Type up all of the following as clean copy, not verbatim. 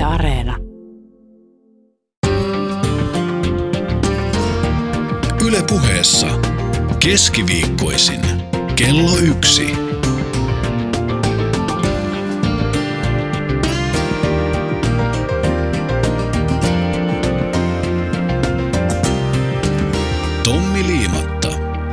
Areena. Yle Puheessa keskiviikkoisin kello 1. Tommi Liimatta.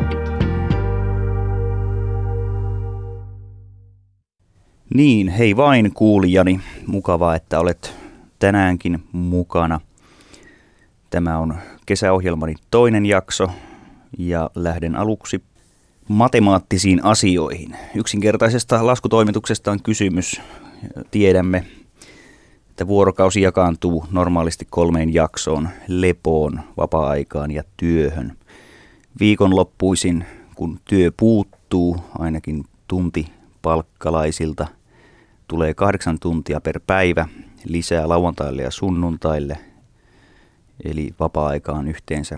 Niin, hei vain kuulijani. Mukavaa, että olet tänäänkin mukana. Tämä on kesäohjelmani toinen jakso ja lähden aluksi matemaattisiin asioihin. Yksinkertaisesta laskutoimituksesta on kysymys. Tiedämme, että vuorokausi jakaantuu normaalisti 3 jaksoon: lepoon, vapaa-aikaan ja työhön. Viikonloppuisin, kun työ puuttuu, ainakin tunti palkkalaisilta, tulee 8 tuntia per päivä lisää lauantaille ja sunnuntaille. Eli vapaa-aika on yhteensä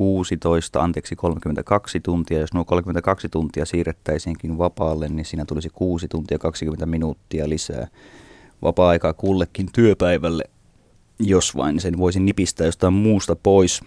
32 tuntia. Jos nuo 32 tuntia siirrettäisiinkin vapaalle, niin siinä tulisi 6 tuntia 20 minuuttia lisää vapaa-aikaa kullekin työpäivälle, jos vain sen voisin nipistää jostain muusta pois.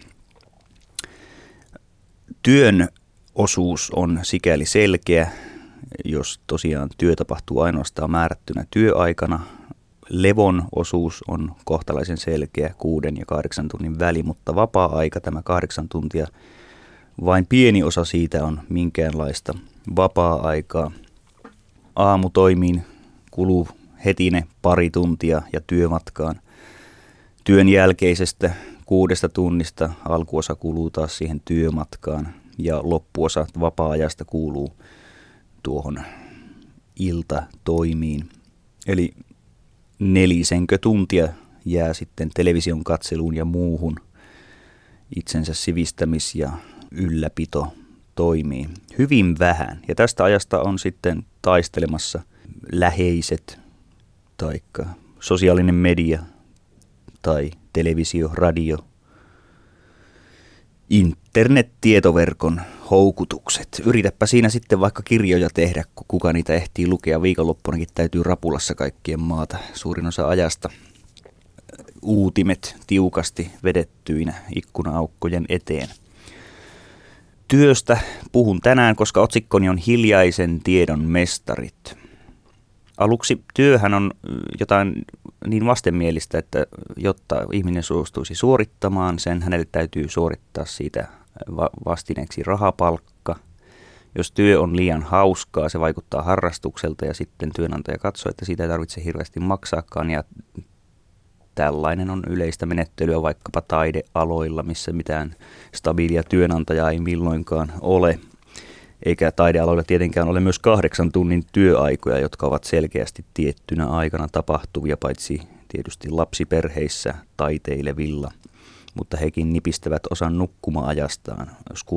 Työn osuus on sikäli selkeä, jos tosiaan työ tapahtuu ainoastaan määrättynä työaikana. Levon osuus on kohtalaisen selkeä, 6 ja 8 tunnin väli, mutta vapaa-aika, tämä 8 tuntia, vain pieni osa siitä on minkäänlaista vapaa-aikaa. Aamutoimiin kuluu heti ne pari tuntia ja työmatkaan. Työn jälkeisestä 6 tunnista alkuosa kuluu taas siihen työmatkaan ja loppuosa vapaa-ajasta kuuluu tuohon iltatoimiin. Eli 4 tuntia jää sitten television katseluun ja muuhun itsensä sivistämis- ja ylläpito toimii. Hyvin vähän. Ja tästä ajasta on sitten taistelemassa läheiset, taikka sosiaalinen media, tai televisio, radio, internet-tietoverkon houkutukset. Yritäpä siinä sitten vaikka kirjoja tehdä, kun kuka niitä ehtii lukea. Viikonloppunakin täytyy rapulassa kaikkien maata suurin osa ajasta. Uutimet tiukasti vedettyinä ikkuna-aukkojen eteen. Työstä puhun tänään, koska otsikkoni on hiljaisen tiedon mestarit. Aluksi työhän on jotain niin vastenmielistä, että jotta ihminen suostuisi suorittamaan sen, hänelle täytyy suorittaa siitä vastineeksi rahapalkka. Jos työ on liian hauskaa, se vaikuttaa harrastukselta ja sitten työnantaja katsoo, että siitä ei tarvitse hirveästi maksaakaan. Ja tällainen on yleistä menettelyä vaikkapa taidealoilla, missä mitään stabiilia työnantajaa ei milloinkaan ole. Eikä taidealoilla tietenkään ole myös 8 tunnin työaikoja, jotka ovat selkeästi tiettynä aikana tapahtuvia, paitsi tietysti lapsiperheissä taiteilevilla. Mutta hekin nipistävät osan nukkuma-ajastaan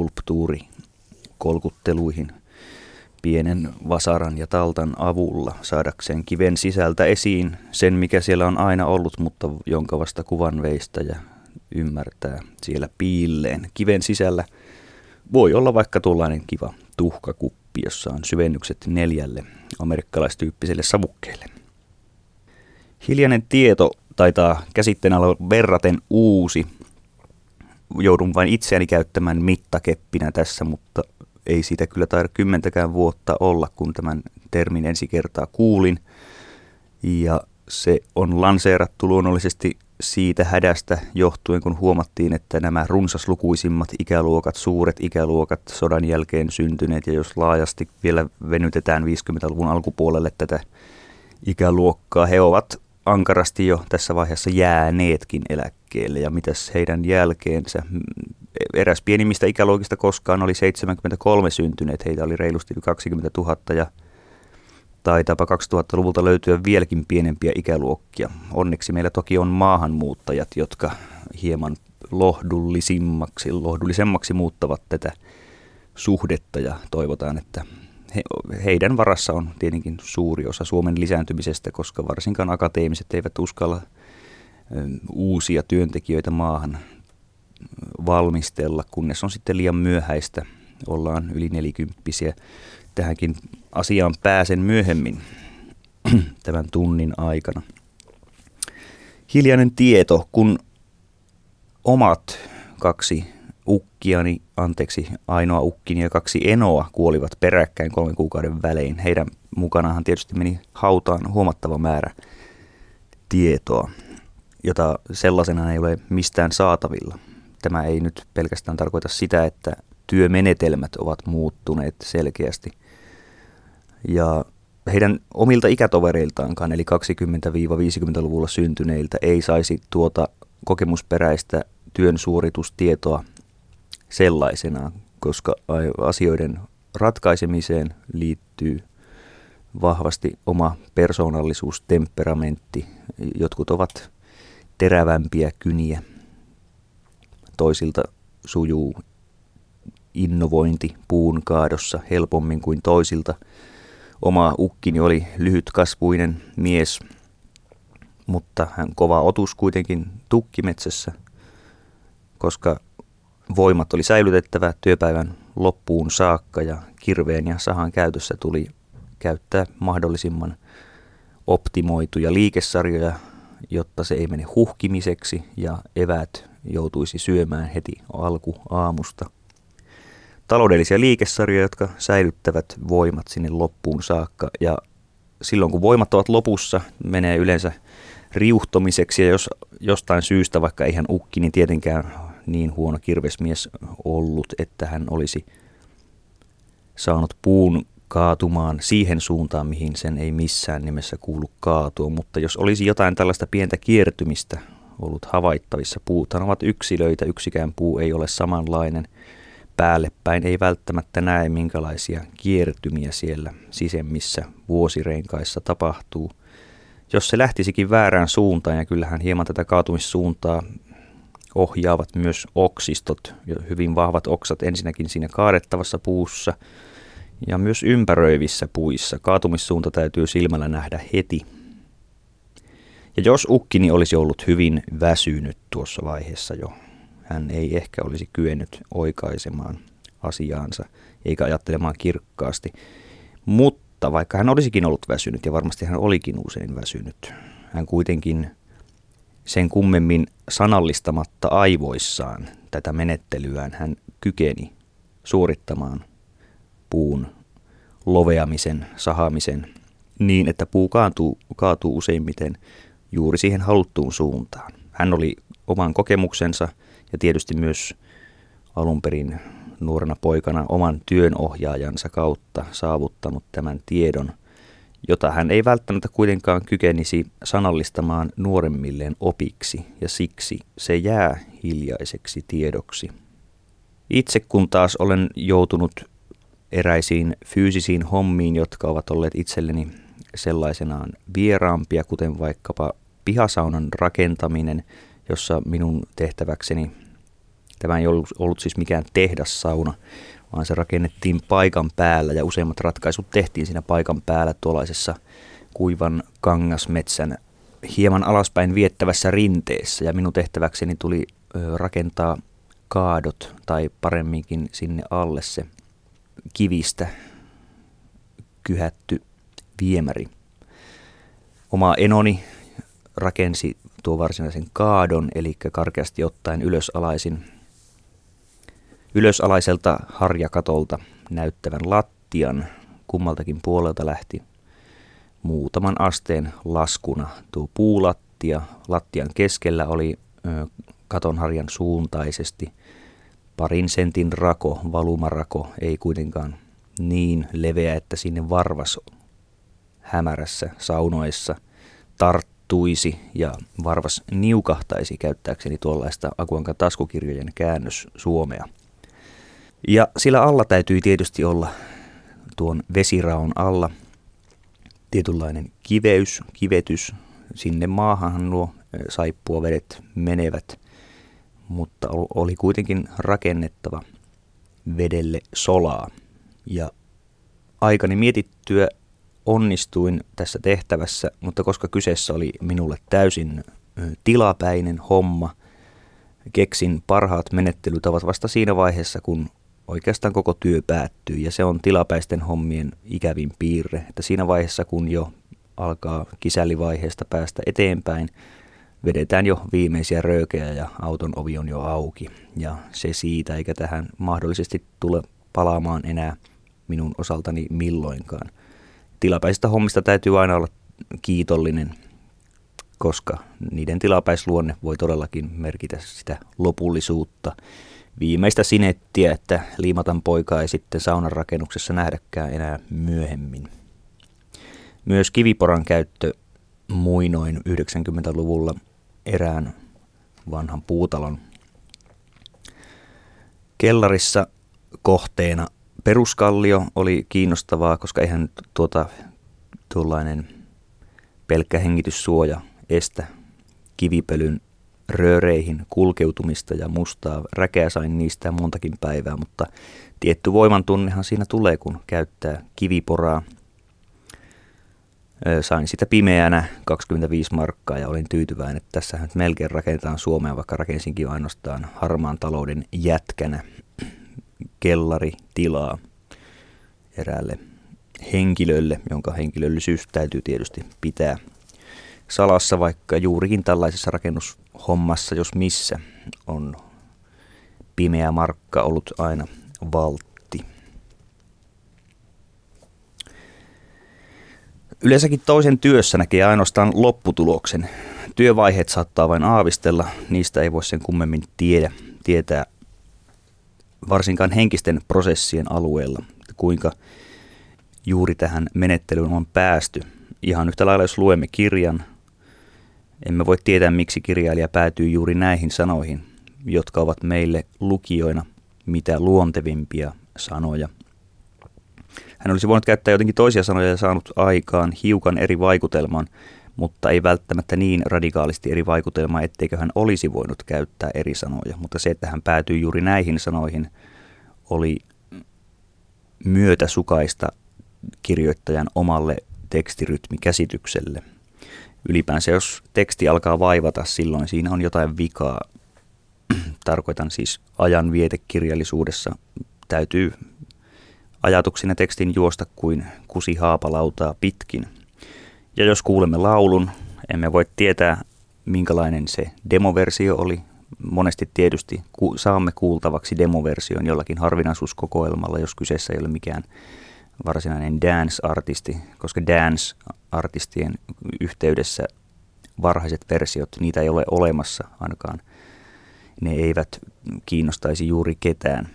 skulptuurikolkutteluihin pienen vasaran ja taltan avulla saadakseen kiven sisältä esiin sen, mikä siellä on aina ollut, mutta jonka vasta kuvanveistäjä ymmärtää siellä piilleen. Kiven sisällä voi olla vaikka tuollainen kiva tuhkakuppi, jossa on syvennykset 4 amerikkalaistyyppiselle savukkeelle. Hiljainen tieto taitaa käsitteenä olla verraten uusi. Joudun vain itseäni käyttämään mittakeppinä tässä, mutta ei siitä kyllä taida 10 vuotta olla, kun tämän termin ensi kertaa kuulin. Ja se on lanseerattu luonnollisesti siitä hädästä johtuen, kun huomattiin, että nämä runsaslukuisimmat ikäluokat, suuret ikäluokat, sodan jälkeen syntyneet, ja jos laajasti vielä venytetään 50-luvun alkupuolelle tätä ikäluokkaa, he ovat ankarasti jo tässä vaiheessa jääneetkin eläkkeelle. Ja mitäs heidän jälkeensä? Eräs pienimmistä ikäluokista koskaan oli 73 syntyneet, heitä oli reilusti 20 000 ja taitaapa 2000-luvulta löytyä vieläkin pienempiä ikäluokkia. Onneksi meillä toki on maahanmuuttajat, jotka hieman lohdullisemmaksi muuttavat tätä suhdetta ja toivotaan, että heidän varassa on tietenkin suuri osa Suomen lisääntymisestä, koska varsinkaan akateemiset eivät uskalla uusia työntekijöitä maahan valmistella, kunnes on sitten liian myöhäistä, ollaan yli 40-vuotiaita. Tähänkin asiaan pääsen myöhemmin tämän tunnin aikana. Hiljainen tieto, kun omat ainoa ukkini ja 2 enoa kuolivat peräkkäin 3 kuukauden välein. Heidän mukanaan tietysti meni hautaan huomattava määrä tietoa, jota sellaisena ei ole mistään saatavilla. Tämä ei nyt pelkästään tarkoita sitä, että työmenetelmät ovat muuttuneet selkeästi. Ja heidän omilta ikätovereiltaankaan, eli 20-50-luvulla syntyneiltä, ei saisi tuota kokemusperäistä työn suoritustietoa sellaisenaan, koska asioiden ratkaisemiseen liittyy vahvasti oma persoonallisuus, temperamentti. Jotkut ovat terävämpiä kyniä, toisilta sujuu innovointi puun kaadossa helpommin kuin toisilta. Oma ukkini oli lyhytkasvuinen mies, mutta hän kova otus kuitenkin tukkimetsässä, koska voimat oli säilytettävä työpäivän loppuun saakka ja kirveen ja sahan käytössä tuli käyttää mahdollisimman optimoituja liikesarjoja, jotta se ei mene huhkimiseksi ja eväät joutuisi syömään heti alkuaamusta. Taloudellisia liikesarjoja, jotka säilyttävät voimat sinne loppuun saakka, ja silloin kun voimat ovat lopussa, menee yleensä riuhtomiseksi, ja jos jostain syystä, vaikka eihän ukkini tietenkään niin huono kirvesmies ollut, että hän olisi saanut puun kaatumaan siihen suuntaan, mihin sen ei missään nimessä kuulu kaatua, mutta jos olisi jotain tällaista pientä kiertymistä ollut havaittavissa, puuthan ovat yksilöitä, yksikään puu ei ole samanlainen, päälle päin ei välttämättä näe, minkälaisia kiertymiä siellä sisemmissä vuosirenkaissa tapahtuu. Jos se lähtisikin väärään suuntaan, ja kyllähän hieman tätä kaatumissuuntaa ohjaavat myös oksistot, hyvin vahvat oksat ensinnäkin siinä kaadettavassa puussa ja myös ympäröivissä puissa. Kaatumissuunta täytyy silmällä nähdä heti. Ja jos ukkini olisi ollut hyvin väsynyt tuossa vaiheessa jo, hän ei ehkä olisi kyennyt oikaisemaan asiaansa eikä ajattelemaan kirkkaasti. Mutta vaikka hän olisikin ollut väsynyt, ja varmasti hän olikin usein väsynyt, hän kuitenkin sen kummemmin sanallistamatta aivoissaan tätä menettelyään hän kykeni suorittamaan puun loveamisen, sahaamisen niin, että puu kaatuu useimmiten juuri siihen haluttuun suuntaan. Hän oli oman kokemuksensa ja tietysti myös alun perin nuorena poikana oman työnohjaajansa kautta saavuttanut tämän tiedon, jota hän ei välttämättä kuitenkaan kykenisi sanallistamaan nuoremmilleen opiksi, ja siksi se jää hiljaiseksi tiedoksi. Itse kun taas olen joutunut eräisiin fyysisiin hommiin, jotka ovat olleet itselleni sellaisenaan vieraampia, kuten vaikkapa pihasaunan rakentaminen, jossa minun tehtäväkseni, tämä ei ollut siis mikään tehdassauna, vaan se rakennettiin paikan päällä ja useimmat ratkaisut tehtiin siinä paikan päällä tuollaisessa kuivan kangasmetsän hieman alaspäin viettävässä rinteessä. Ja minun tehtäväkseni tuli rakentaa kaadot tai paremminkin sinne alle se kivistä kyhätty viemäri. Oma enoni rakensi tuo varsinaisen kaadon, eli karkeasti ottaen ylösalaiselta harjakatolta näyttävän lattian. Kummaltakin puolelta lähti muutaman asteen laskuna tuo puulattia. Lattian keskellä oli katonharjan suuntaisesti parin sentin rako, valumarako, ei kuitenkaan niin leveä, että sinne varvas hämärässä saunoessa tarttuisi ja varvas niukahtaisi, käyttääkseni tuollaista Akuankan taskukirjojen käännös-suomea. Ja sillä alla täytyi tietysti olla tuon vesiraon alla tietynlainen kivetys. Sinne maahan nuo saippuavedet menevät, mutta oli kuitenkin rakennettava vedelle solaa. Ja aikani mietittyä onnistuin tässä tehtävässä, mutta koska kyseessä oli minulle täysin tilapäinen homma, keksin parhaat menettelytavat vasta siinä vaiheessa, kun oikeastaan koko työ päättyy. Ja se on tilapäisten hommien ikävin piirre, että siinä vaiheessa, kun jo alkaa kisällivaiheesta päästä eteenpäin, vedetään jo viimeisiä röökejä ja auton ovi on jo auki. Ja se siitä, eikä tähän mahdollisesti tule palaamaan enää minun osaltani milloinkaan. Tilapäisistä hommista täytyy aina olla kiitollinen, koska niiden tilapäisluonne voi todellakin merkitä sitä lopullisuutta. Viimeistä sinettiä, että liimatan poikaa ei sitten saunan rakennuksessa nähdäkään enää myöhemmin. Myös kiviporan käyttö muinoin 90-luvulla erään vanhan puutalon kellarissa kohteena. Peruskallio oli kiinnostavaa, koska eihän tuollainen pelkkä hengityssuoja estä kivipölyn rööreihin kulkeutumista ja mustaa räkeä sain niistä montakin päivää, mutta tietty voimantunnehan siinä tulee, kun käyttää kiviporaa. Sain sitä pimeänä 25 markkaa ja olin tyytyväinen, että tässä nyt melkein rakennetaan Suomea, vaikka rakensinkin ainoastaan harmaan talouden jätkänä kellaritilaa eräälle henkilölle, jonka henkilöllisyys täytyy tietysti pitää salassa, vaikka juurikin tällaisessa rakennushommassa, jos missä, on pimeä markka ollut aina valtti. Yleensäkin toisen työssä näkee ainoastaan lopputuloksen. Työvaiheet saattaa vain aavistella, niistä ei voi sen kummemmin tietää varsinkaan henkisten prosessien alueella, kuinka juuri tähän menettelyyn on päästy. Ihan yhtä lailla, jos luemme kirjan, emme voi tietää, miksi kirjailija päätyy juuri näihin sanoihin, jotka ovat meille lukijoina mitä luontevimpia sanoja. Hän olisi voinut käyttää jotenkin toisia sanoja ja saanut aikaan hiukan eri vaikutelman, mutta ei välttämättä niin radikaalisti eri vaikutelmaa, etteikö hän olisi voinut käyttää eri sanoja. Mutta se, että hän päätyi juuri näihin sanoihin, oli myötäsukaista kirjoittajan omalle tekstirytmikäsitykselle. Ylipäänsä jos teksti alkaa vaivata, silloin siinä on jotain vikaa. Tarkoitan siis ajanvietekirjallisuudessa. Täytyy ajatuksina tekstin juosta kuin kusi haapalautaa pitkin. Ja jos kuulemme laulun, emme voi tietää, minkälainen se demoversio oli. Monesti tietysti saamme kuultavaksi demoversion jollakin harvinaisuuskokoelmalla, jos kyseessä ei ole mikään varsinainen dance-artisti, koska dance-artistien yhteydessä varhaiset versiot, niitä ei ole olemassa ainakaan. Ne eivät kiinnostaisi juuri ketään.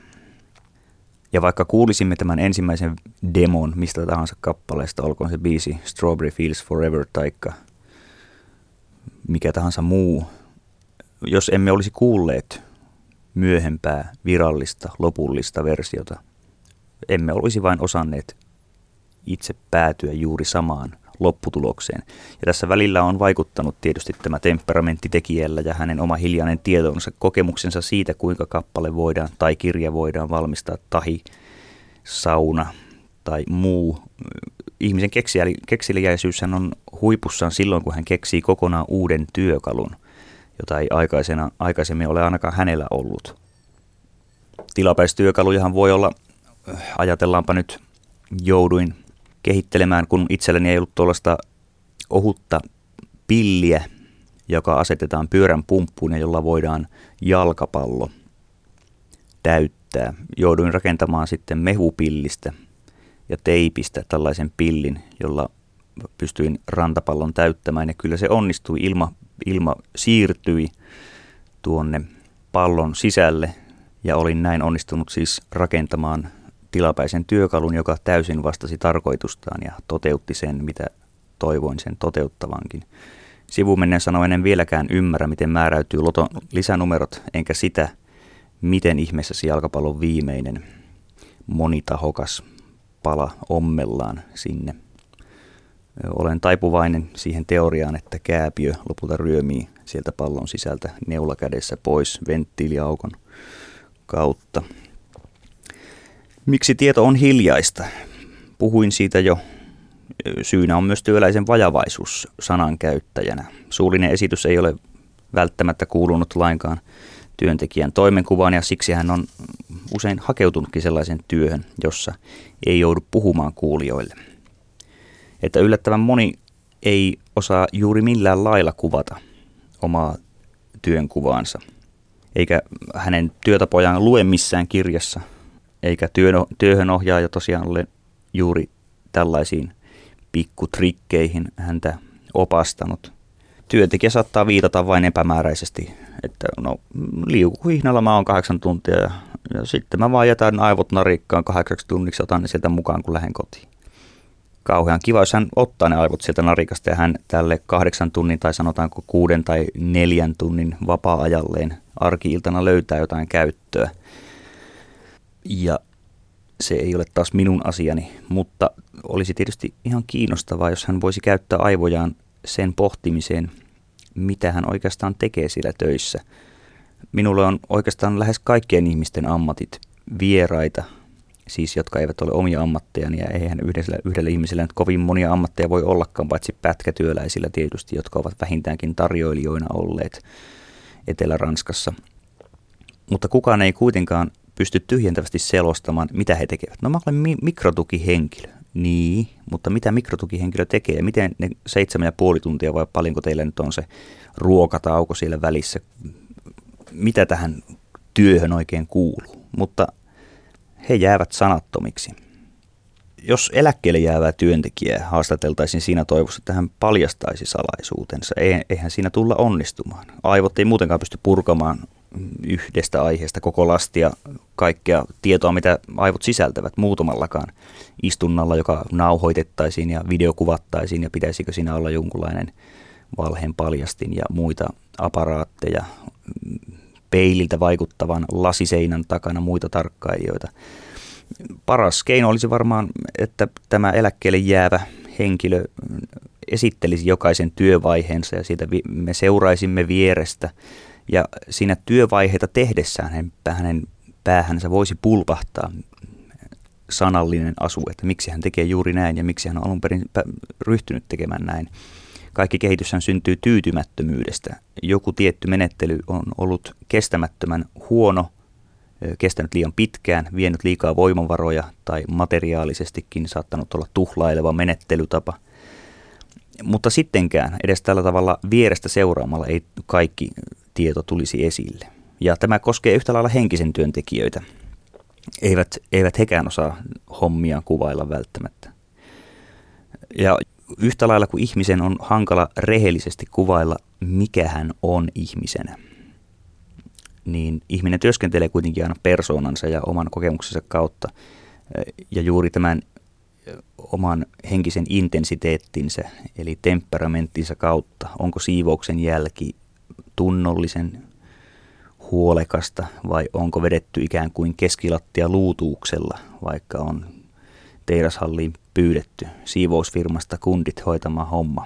Ja vaikka kuulisimme tämän ensimmäisen demon mistä tahansa kappaleesta, olkoon se biisi Strawberry Fields Forever taikka mikä tahansa muu, jos emme olisi kuulleet myöhempää virallista lopullista versiota, emme olisi vain osanneet itse päätyä juuri samaan lopputulokseen. Ja tässä välillä on vaikuttanut tietysti tämä temperamentti tekijällä ja hänen oma hiljainen tietonsa, kokemuksensa siitä, kuinka kappale voidaan tai kirja voidaan valmistaa, tahi, sauna tai muu. Ihmisen kekseliäisyyshän on huipussaan silloin, kun hän keksii kokonaan uuden työkalun, jota ei aikaisemmin ole ainakaan hänellä ollut. Tilapäistyökalujahan voi olla, ajatellaanpa nyt, jouduin kehittelemään, kun itselleni ei ollut tuollaista ohutta pilliä, joka asetetaan pyörän pumppuun ja jolla voidaan jalkapallo täyttää. Jouduin rakentamaan sitten mehupillistä ja teipistä tällaisen pillin, jolla pystyin rantapallon täyttämään. Ja kyllä se onnistui, ilma siirtyi tuonne pallon sisälle ja olin näin onnistunut siis rakentamaan tilapäisen työkalun, joka täysin vastasi tarkoitustaan ja toteutti sen, mitä toivoin sen toteuttavankin. Sivumennen sanoen en vieläkään ymmärrä, miten määräytyy loton lisänumerot, enkä sitä, miten ihmeessä se jalkapallon viimeinen monitahokas pala ommellaan sinne. Olen taipuvainen siihen teoriaan, että kääpiö lopulta ryömii sieltä pallon sisältä neula kädessä pois venttiiliaukon kautta. Miksi tieto on hiljaista? Puhuin siitä jo. Syynä on myös työläisen vajavaisuus sanankäyttäjänä. Suullinen esitys ei ole välttämättä kuulunut lainkaan työntekijän toimenkuvaan ja siksi hän on usein hakeutunutkin sellaisen työhön, jossa ei joudu puhumaan kuulijoille. Että yllättävän moni ei osaa juuri millään lailla kuvata omaa työnkuvaansa. Eikä hänen työtapojaan lue missään kirjassa, eikä työhönohjaaja tosiaan ole juuri tällaisiin pikkutrikkeihin häntä opastanut. Työntekijä saattaa viitata vain epämääräisesti, että liukuhihnalla mä oon 8 tuntia ja sitten mä vaan jätän aivot narikkaan 8 tunniksi, otan ne sieltä mukaan kun lähden kotiin. Kauhean kiva, jos hän ottaa ne aivot sieltä narikasta ja hän tälle 8 tunnin tai sanotaanko 6 tai 4 tunnin vapaa-ajalleen arki-iltana löytää jotain käyttöä. Ja se ei ole taas minun asiani, mutta olisi tietysti ihan kiinnostavaa, jos hän voisi käyttää aivojaan sen pohtimiseen, mitä hän oikeastaan tekee siellä töissä. Minulle on oikeastaan lähes kaikkien ihmisten ammatit vieraita, siis jotka eivät ole omia ammattejani, ja eihän yhdellä ihmisellä nyt kovin monia ammatteja voi ollakaan, paitsi pätkätyöläisillä tietysti, jotka ovat vähintäänkin tarjoilijoina olleet Etelä-Ranskassa. Mutta kukaan ei kuitenkaan pysty tyhjentävästi selostamaan, mitä he tekevät. No mä olen mikrotukihenkilö. Niin, mutta mitä mikrotukihenkilö tekee ja miten ne 7,5 tuntia vai paljonko teillä nyt on se ruokatauko siellä välissä, mitä tähän työhön oikein kuuluu, mutta he jäävät sanattomiksi. Jos eläkkeelle jäävää työntekijää haastateltaisiin siinä toivossa, että hän paljastaisi salaisuutensa, eihän siinä tulla onnistumaan. Aivot ei muutenkaan pysty purkamaan yhdestä aiheesta koko lastia kaikkea tietoa, mitä aivot sisältävät muutamallakaan istunnalla, joka nauhoitettaisiin ja videokuvattaisiin ja pitäisikö siinä olla jonkunlainen valheen paljastin ja muita aparaatteja, peililtä vaikuttavan lasiseinän takana muita tarkkailijoita. Paras keino olisi varmaan, että tämä eläkkeelle jäävä henkilö esittelisi jokaisen työvaiheensa ja siitä me seuraisimme vierestä. Ja siinä työvaiheita tehdessään hänen päähänsä voisi pulpahtaa sanallinen asu, että miksi hän tekee juuri näin ja miksi hän on alun perin ryhtynyt tekemään näin. Kaikki kehityshän syntyy tyytymättömyydestä. Joku tietty menettely on ollut kestämättömän huono, kestänyt liian pitkään, vienyt liikaa voimavaroja tai materiaalisestikin saattanut olla tuhlaileva menettelytapa. Mutta sittenkään edes tällä tavalla vierestä seuraamalla ei kaikki tieto tulisi esille. Ja tämä koskee yhtä lailla henkisen työntekijöitä. Eivät hekään osaa hommia kuvailla välttämättä. Ja yhtä lailla kuin ihmisen on hankala rehellisesti kuvailla, mikä hän on ihmisenä, niin ihminen työskentelee kuitenkin aina persoonansa ja oman kokemuksensa kautta. Ja juuri tämän oman henkisen intensiteettinsä, eli temperamenttinsa kautta, onko siivouksen jälki tunnollisen huolekasta vai onko vedetty ikään kuin keskilattia luutuuksella, vaikka on teurashalliin pyydetty siivousfirmasta kundit hoitamaan homma.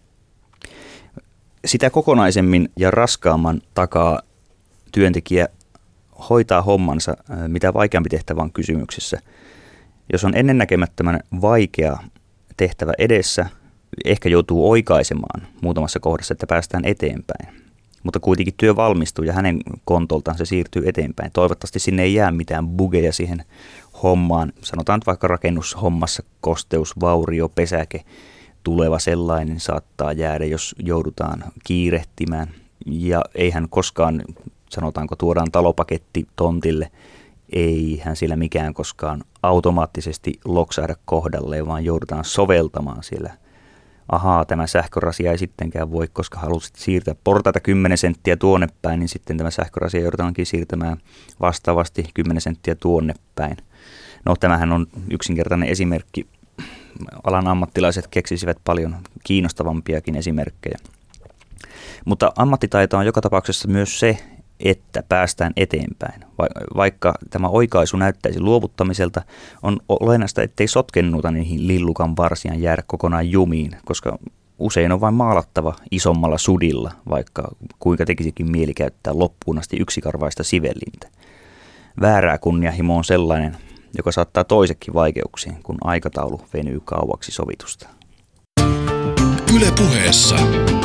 Sitä kokonaisemmin ja raskaamman takaa työntekijä hoitaa hommansa, mitä vaikeampi tehtävä on kysymyksessä. Jos on ennennäkemättömän vaikea tehtävä edessä, ehkä joutuu oikaisemaan muutamassa kohdassa, että päästään eteenpäin. Mutta kuitenkin työ valmistuu ja hänen kontoltaan se siirtyy eteenpäin. Toivottavasti sinne ei jää mitään bugeja siihen hommaan. Sanotaan nyt vaikka rakennushommassa kosteus, vaurio, pesäke, tuleva sellainen saattaa jäädä, jos joudutaan kiirehtimään. Ja eihän koskaan, sanotaanko tuodaan talopaketti tontille, eihän siellä mikään koskaan automaattisesti loksahda kohdalleen, vaan joudutaan soveltamaan siellä. Ahaa, tämä sähkörasia ei sittenkään voi, koska halusit siirtää portaita 10 senttiä tuonne päin, niin sitten tämä sähkörasia joudutaankin siirtämään vastaavasti 10 senttiä tuonne päin. No, tämähän on yksinkertainen esimerkki. Alan ammattilaiset keksisivät paljon kiinnostavampiakin esimerkkejä. Mutta ammattitaito on joka tapauksessa myös se, että päästään eteenpäin. Vaikka tämä oikaisu näyttäisi luovuttamiselta, on olennaista, ettei sotkennuta niihin lillukan varsiaan jäädä kokonaan jumiin, koska usein on vain maalattava isommalla sudilla, vaikka kuinka tekisikin mieli käyttää loppuun asti yksikarvaista sivellintä. Väärää kunnianhimo on sellainen, joka saattaa toisekin vaikeuksiin, kun aikataulu venyy kauaksi sovitusta. Yle Puheessa.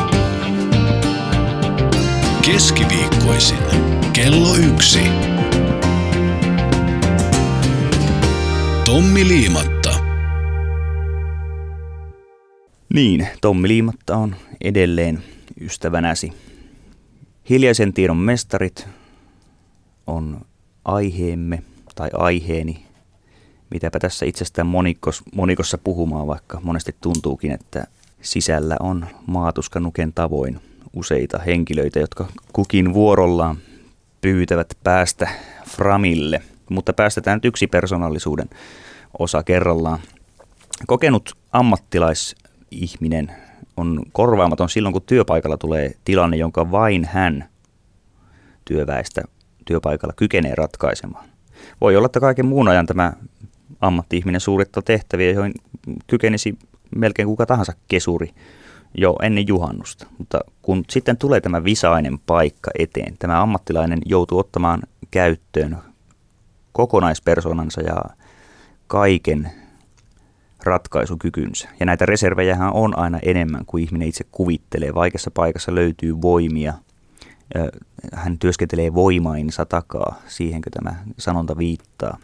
Keskiviikkoisin kello 1. Tommi Liimatta. Niin, Tommi Liimatta on edelleen ystävänäsi. Hiljaisen tiedon mestarit on aiheemme tai aiheeni. Mitäpä tässä itsestään monikossa puhumaan, vaikka monesti tuntuukin, että sisällä on Maatuskanuken tavoin useita henkilöitä, jotka kukin vuorollaan pyytävät päästä framille. Mutta päästetään nyt yksi persoonallisuuden osa kerrallaan. Kokenut ammattilaisihminen on korvaamaton silloin, kun työpaikalla tulee tilanne, jonka vain hän työväestä työpaikalla kykenee ratkaisemaan. Voi olla, että kaiken muun ajan tämä ammatti-ihminen suorittaa tehtäviä, joihin kykenisi melkein kuka tahansa kesuri jo ennen juhannusta. Mutta kun sitten tulee tämä visainen paikka eteen, tämä ammattilainen joutuu ottamaan käyttöön kokonaispersonansa ja kaiken ratkaisukykynsä. Ja näitä reservejähän on aina enemmän kuin ihminen itse kuvittelee. Vaikeassa paikassa löytyy voimia. Hän työskentelee voimainsa takaa, siihenkö tämä sanonta viittaa.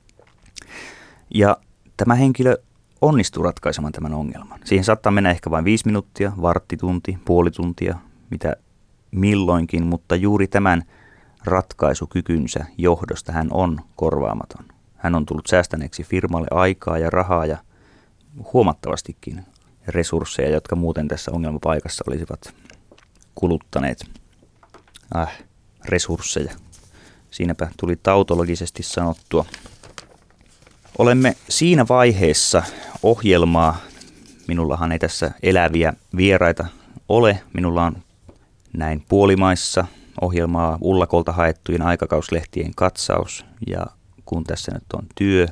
Ja tämä henkilö onnistuu ratkaisemaan tämän ongelman. Siihen saattaa mennä ehkä vain 5 minuuttia, varttitunti, puoli tuntia, mitä milloinkin, mutta juuri tämän ratkaisukykynsä johdosta hän on korvaamaton. Hän on tullut säästäneeksi firmalle aikaa ja rahaa ja huomattavastikin resursseja, jotka muuten tässä ongelmapaikassa olisivat kuluttaneet resursseja. Siinäpä tuli tautologisesti sanottua. Olemme siinä vaiheessa ohjelmaa, minullahan ei tässä eläviä vieraita ole, minulla on näin puolimaissa ohjelmaa Ullakolta haettujen aikakauslehtien katsaus, ja kun tässä nyt on työ,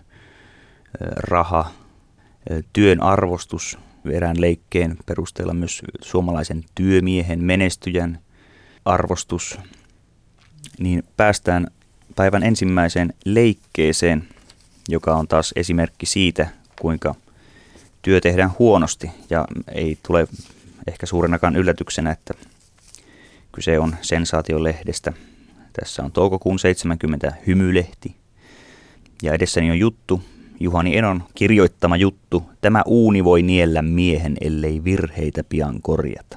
raha, työn arvostus, erään leikkeen perusteella myös suomalaisen työmiehen, menestyjän arvostus, niin päästään päivän ensimmäiseen leikkeeseen, joka on taas esimerkki siitä, kuinka työ tehdään huonosti, ja ei tule ehkä suurenakaan yllätyksenä, että kyse on Sensaatiolehdestä. Tässä on toukokuun 70 hymylehti, ja edessäni on juttu, Juhani Enon kirjoittama juttu, tämä uuni voi niellä miehen, ellei virheitä pian korjata.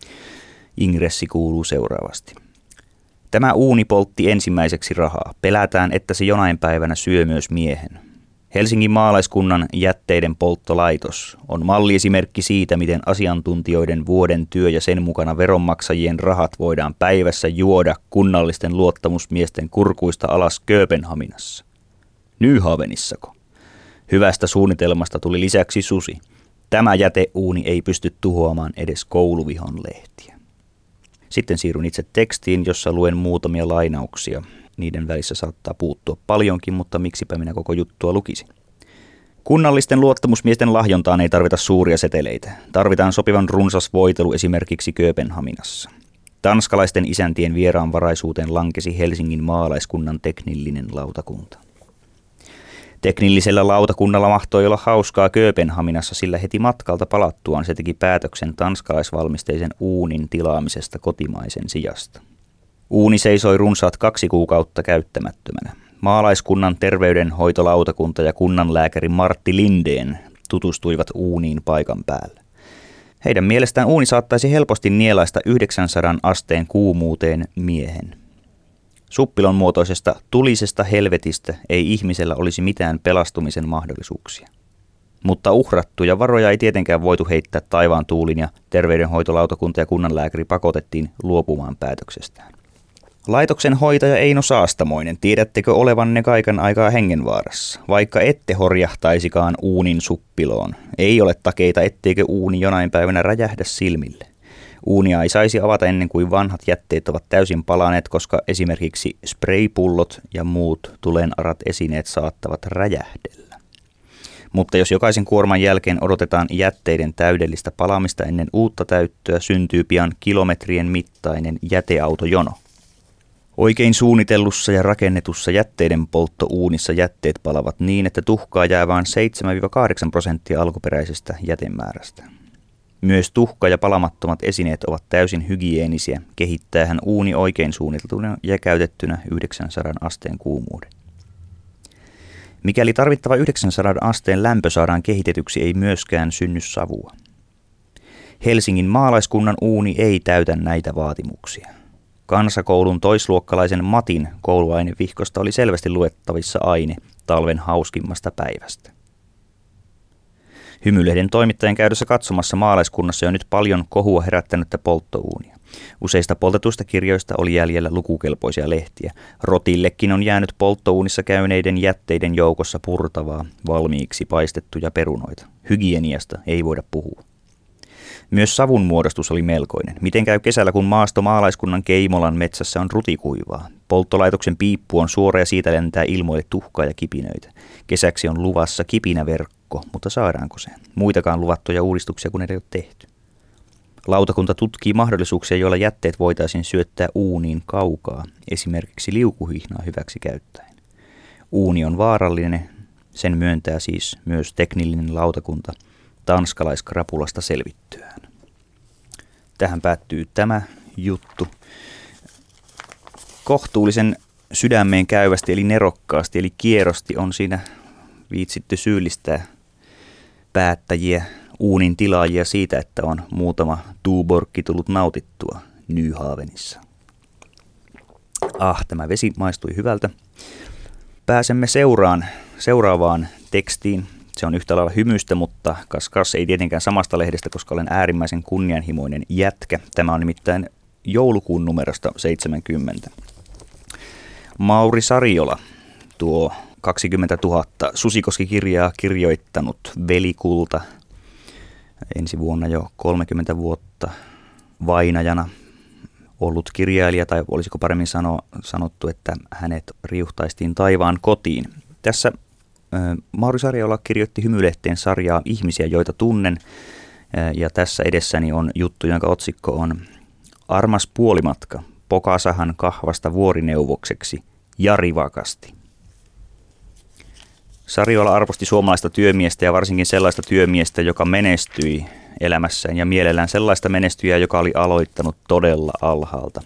Ingressi kuuluu seuraavasti. Tämä uuni poltti ensimmäiseksi rahaa. Pelätään, että se jonain päivänä syö myös miehen. Helsingin maalaiskunnan jätteiden polttolaitos on malliesimerkki siitä, miten asiantuntijoiden vuoden työ ja sen mukana veronmaksajien rahat voidaan päivässä juoda kunnallisten luottamusmiesten kurkuista alas Kööpenhaminassa. Nyhavenissako? Hyvästä suunnitelmasta tuli lisäksi susi. Tämä jäteuuni ei pysty tuhoamaan edes kouluvihon lehtiä. Sitten siirryn itse tekstiin, jossa luen muutamia lainauksia. Niiden välissä saattaa puuttua paljonkin, mutta miksipä minä koko juttua lukisin. Kunnallisten luottamusmiesten lahjontaan ei tarvita suuria seteleitä. Tarvitaan sopivan runsas voitelu esimerkiksi Kööpenhaminassa. Tanskalaisten isäntien vieraanvaraisuuteen lankesi Helsingin maalaiskunnan teknillinen lautakunta. Teknillisellä lautakunnalla mahtoi olla hauskaa Kööpenhaminassa, sillä heti matkalta palattuaan se teki päätöksen tanskalaisvalmisteisen uunin tilaamisesta kotimaisen sijasta. Uuni seisoi runsaat 2 kuukautta käyttämättömänä. Maalaiskunnan terveydenhoitolautakunta ja kunnanlääkäri Martti Lindén tutustuivat uuniin paikan päällä. Heidän mielestään uuni saattaisi helposti nielaista 900 asteen kuumuuteen miehen. Suppilon muotoisesta tulisesta helvetistä ei ihmisellä olisi mitään pelastumisen mahdollisuuksia. Mutta uhrattuja varoja ei tietenkään voitu heittää taivaan tuulin, ja terveydenhoitolautakunta ja kunnanlääkäri pakotettiin luopumaan päätöksestään. Laitoksen hoitaja Eino Saastamoinen, tiedättekö olevanne kaiken aikaa hengenvaarassa? Vaikka ette horjahtaisikaan uunin suppiloon, ei ole takeita, etteikö uuni jonain päivänä räjähdä silmille. Uunia ei saisi avata ennen kuin vanhat jätteet ovat täysin palaneet, koska esimerkiksi spraypullot ja muut tulenarat esineet saattavat räjähdellä. Mutta jos jokaisen kuorman jälkeen odotetaan jätteiden täydellistä palamista ennen uutta täyttöä, syntyy pian kilometrien mittainen jäteautojono. Oikein suunnitellussa ja rakennetussa jätteiden polttouunissa jätteet palavat niin, että tuhkaa jää vain 7-8% alkuperäisestä jätemäärästä. Myös tuhka ja palamattomat esineet ovat täysin hygieenisiä, kehittää hän uuni oikein suunniteltuna ja käytettynä 900 asteen kuumuuden. Mikäli tarvittava 900 asteen lämpö saadaan kehitetyksi, ei myöskään synny savua. Helsingin maalaiskunnan uuni ei täytä näitä vaatimuksia. Kansakoulun toisluokkalaisen Matin kouluainevihkosta oli selvästi luettavissa aine talven hauskimmasta päivästä. Hymylehden toimittajan käydessä katsomassa maalaiskunnassa jo nyt paljon kohua herättänyttä polttouunia. Useista poltetuista kirjoista oli jäljellä lukukelpoisia lehtiä. Rotillekin on jäänyt polttouunissa käyneiden jätteiden joukossa purtavaa, valmiiksi paistettuja perunoita. Hygieniasta ei voida puhua. Myös savun muodostus oli melkoinen. Miten käy kesällä, kun maasto maalaiskunnan Keimolan metsässä on rutikuivaa? Polttolaitoksen piippu on suora ja siitä lentää ilmoille tuhkaa ja kipinöitä. Kesäksi on luvassa kipinäverkko, mutta saadaanko se? Muitakaan luvattuja uudistuksia kun ei ole tehty. Lautakunta tutkii mahdollisuuksia, joilla jätteet voitaisiin syöttää uuniin kaukaa, esimerkiksi liukuhihnaa hyväksi käyttäen. Uuni on vaarallinen, sen myöntää siis myös teknillinen lautakunta tanskalaiskrapulasta selvittyään. Tähän päättyy tämä juttu. Kohtuullisen sydämeen käyvästi eli nerokkaasti eli kierrosti on siinä viitsitty syyllistää päättäjiä, uunin tilaajia siitä, että on muutama tuuborkki tullut nautittua Nyhavenissa. Tämä vesi maistui hyvältä. Pääsemme seuraavaan tekstiin. Se on yhtä lailla hymystä, mutta kas ei tietenkään samasta lehdestä, koska olen äärimmäisen kunnianhimoinen jätkä. Tämä on nimittäin joulukuun numerosta 70. Mauri Sariola, tuo 20 000 Susikoski-kirjaa kirjoittanut velikulta, ensi vuonna jo 30 vuotta vainajana ollut kirjailija, tai olisiko paremmin sanottu, että hänet riuhtaistiin taivaan kotiin. Tässä Mauri Sariola kirjoitti Hymylehteen sarjaa Ihmisiä, joita tunnen, ja tässä edessäni on juttu, jonka otsikko on Armas puolimatka, Pokasahan kahvasta vuorineuvokseksi ja rivakasti. Sariola arvosti suomalaista työmiestä ja varsinkin sellaista työmiestä, joka menestyi elämässään ja mielellään sellaista menestyjää, joka oli aloittanut todella alhaalta.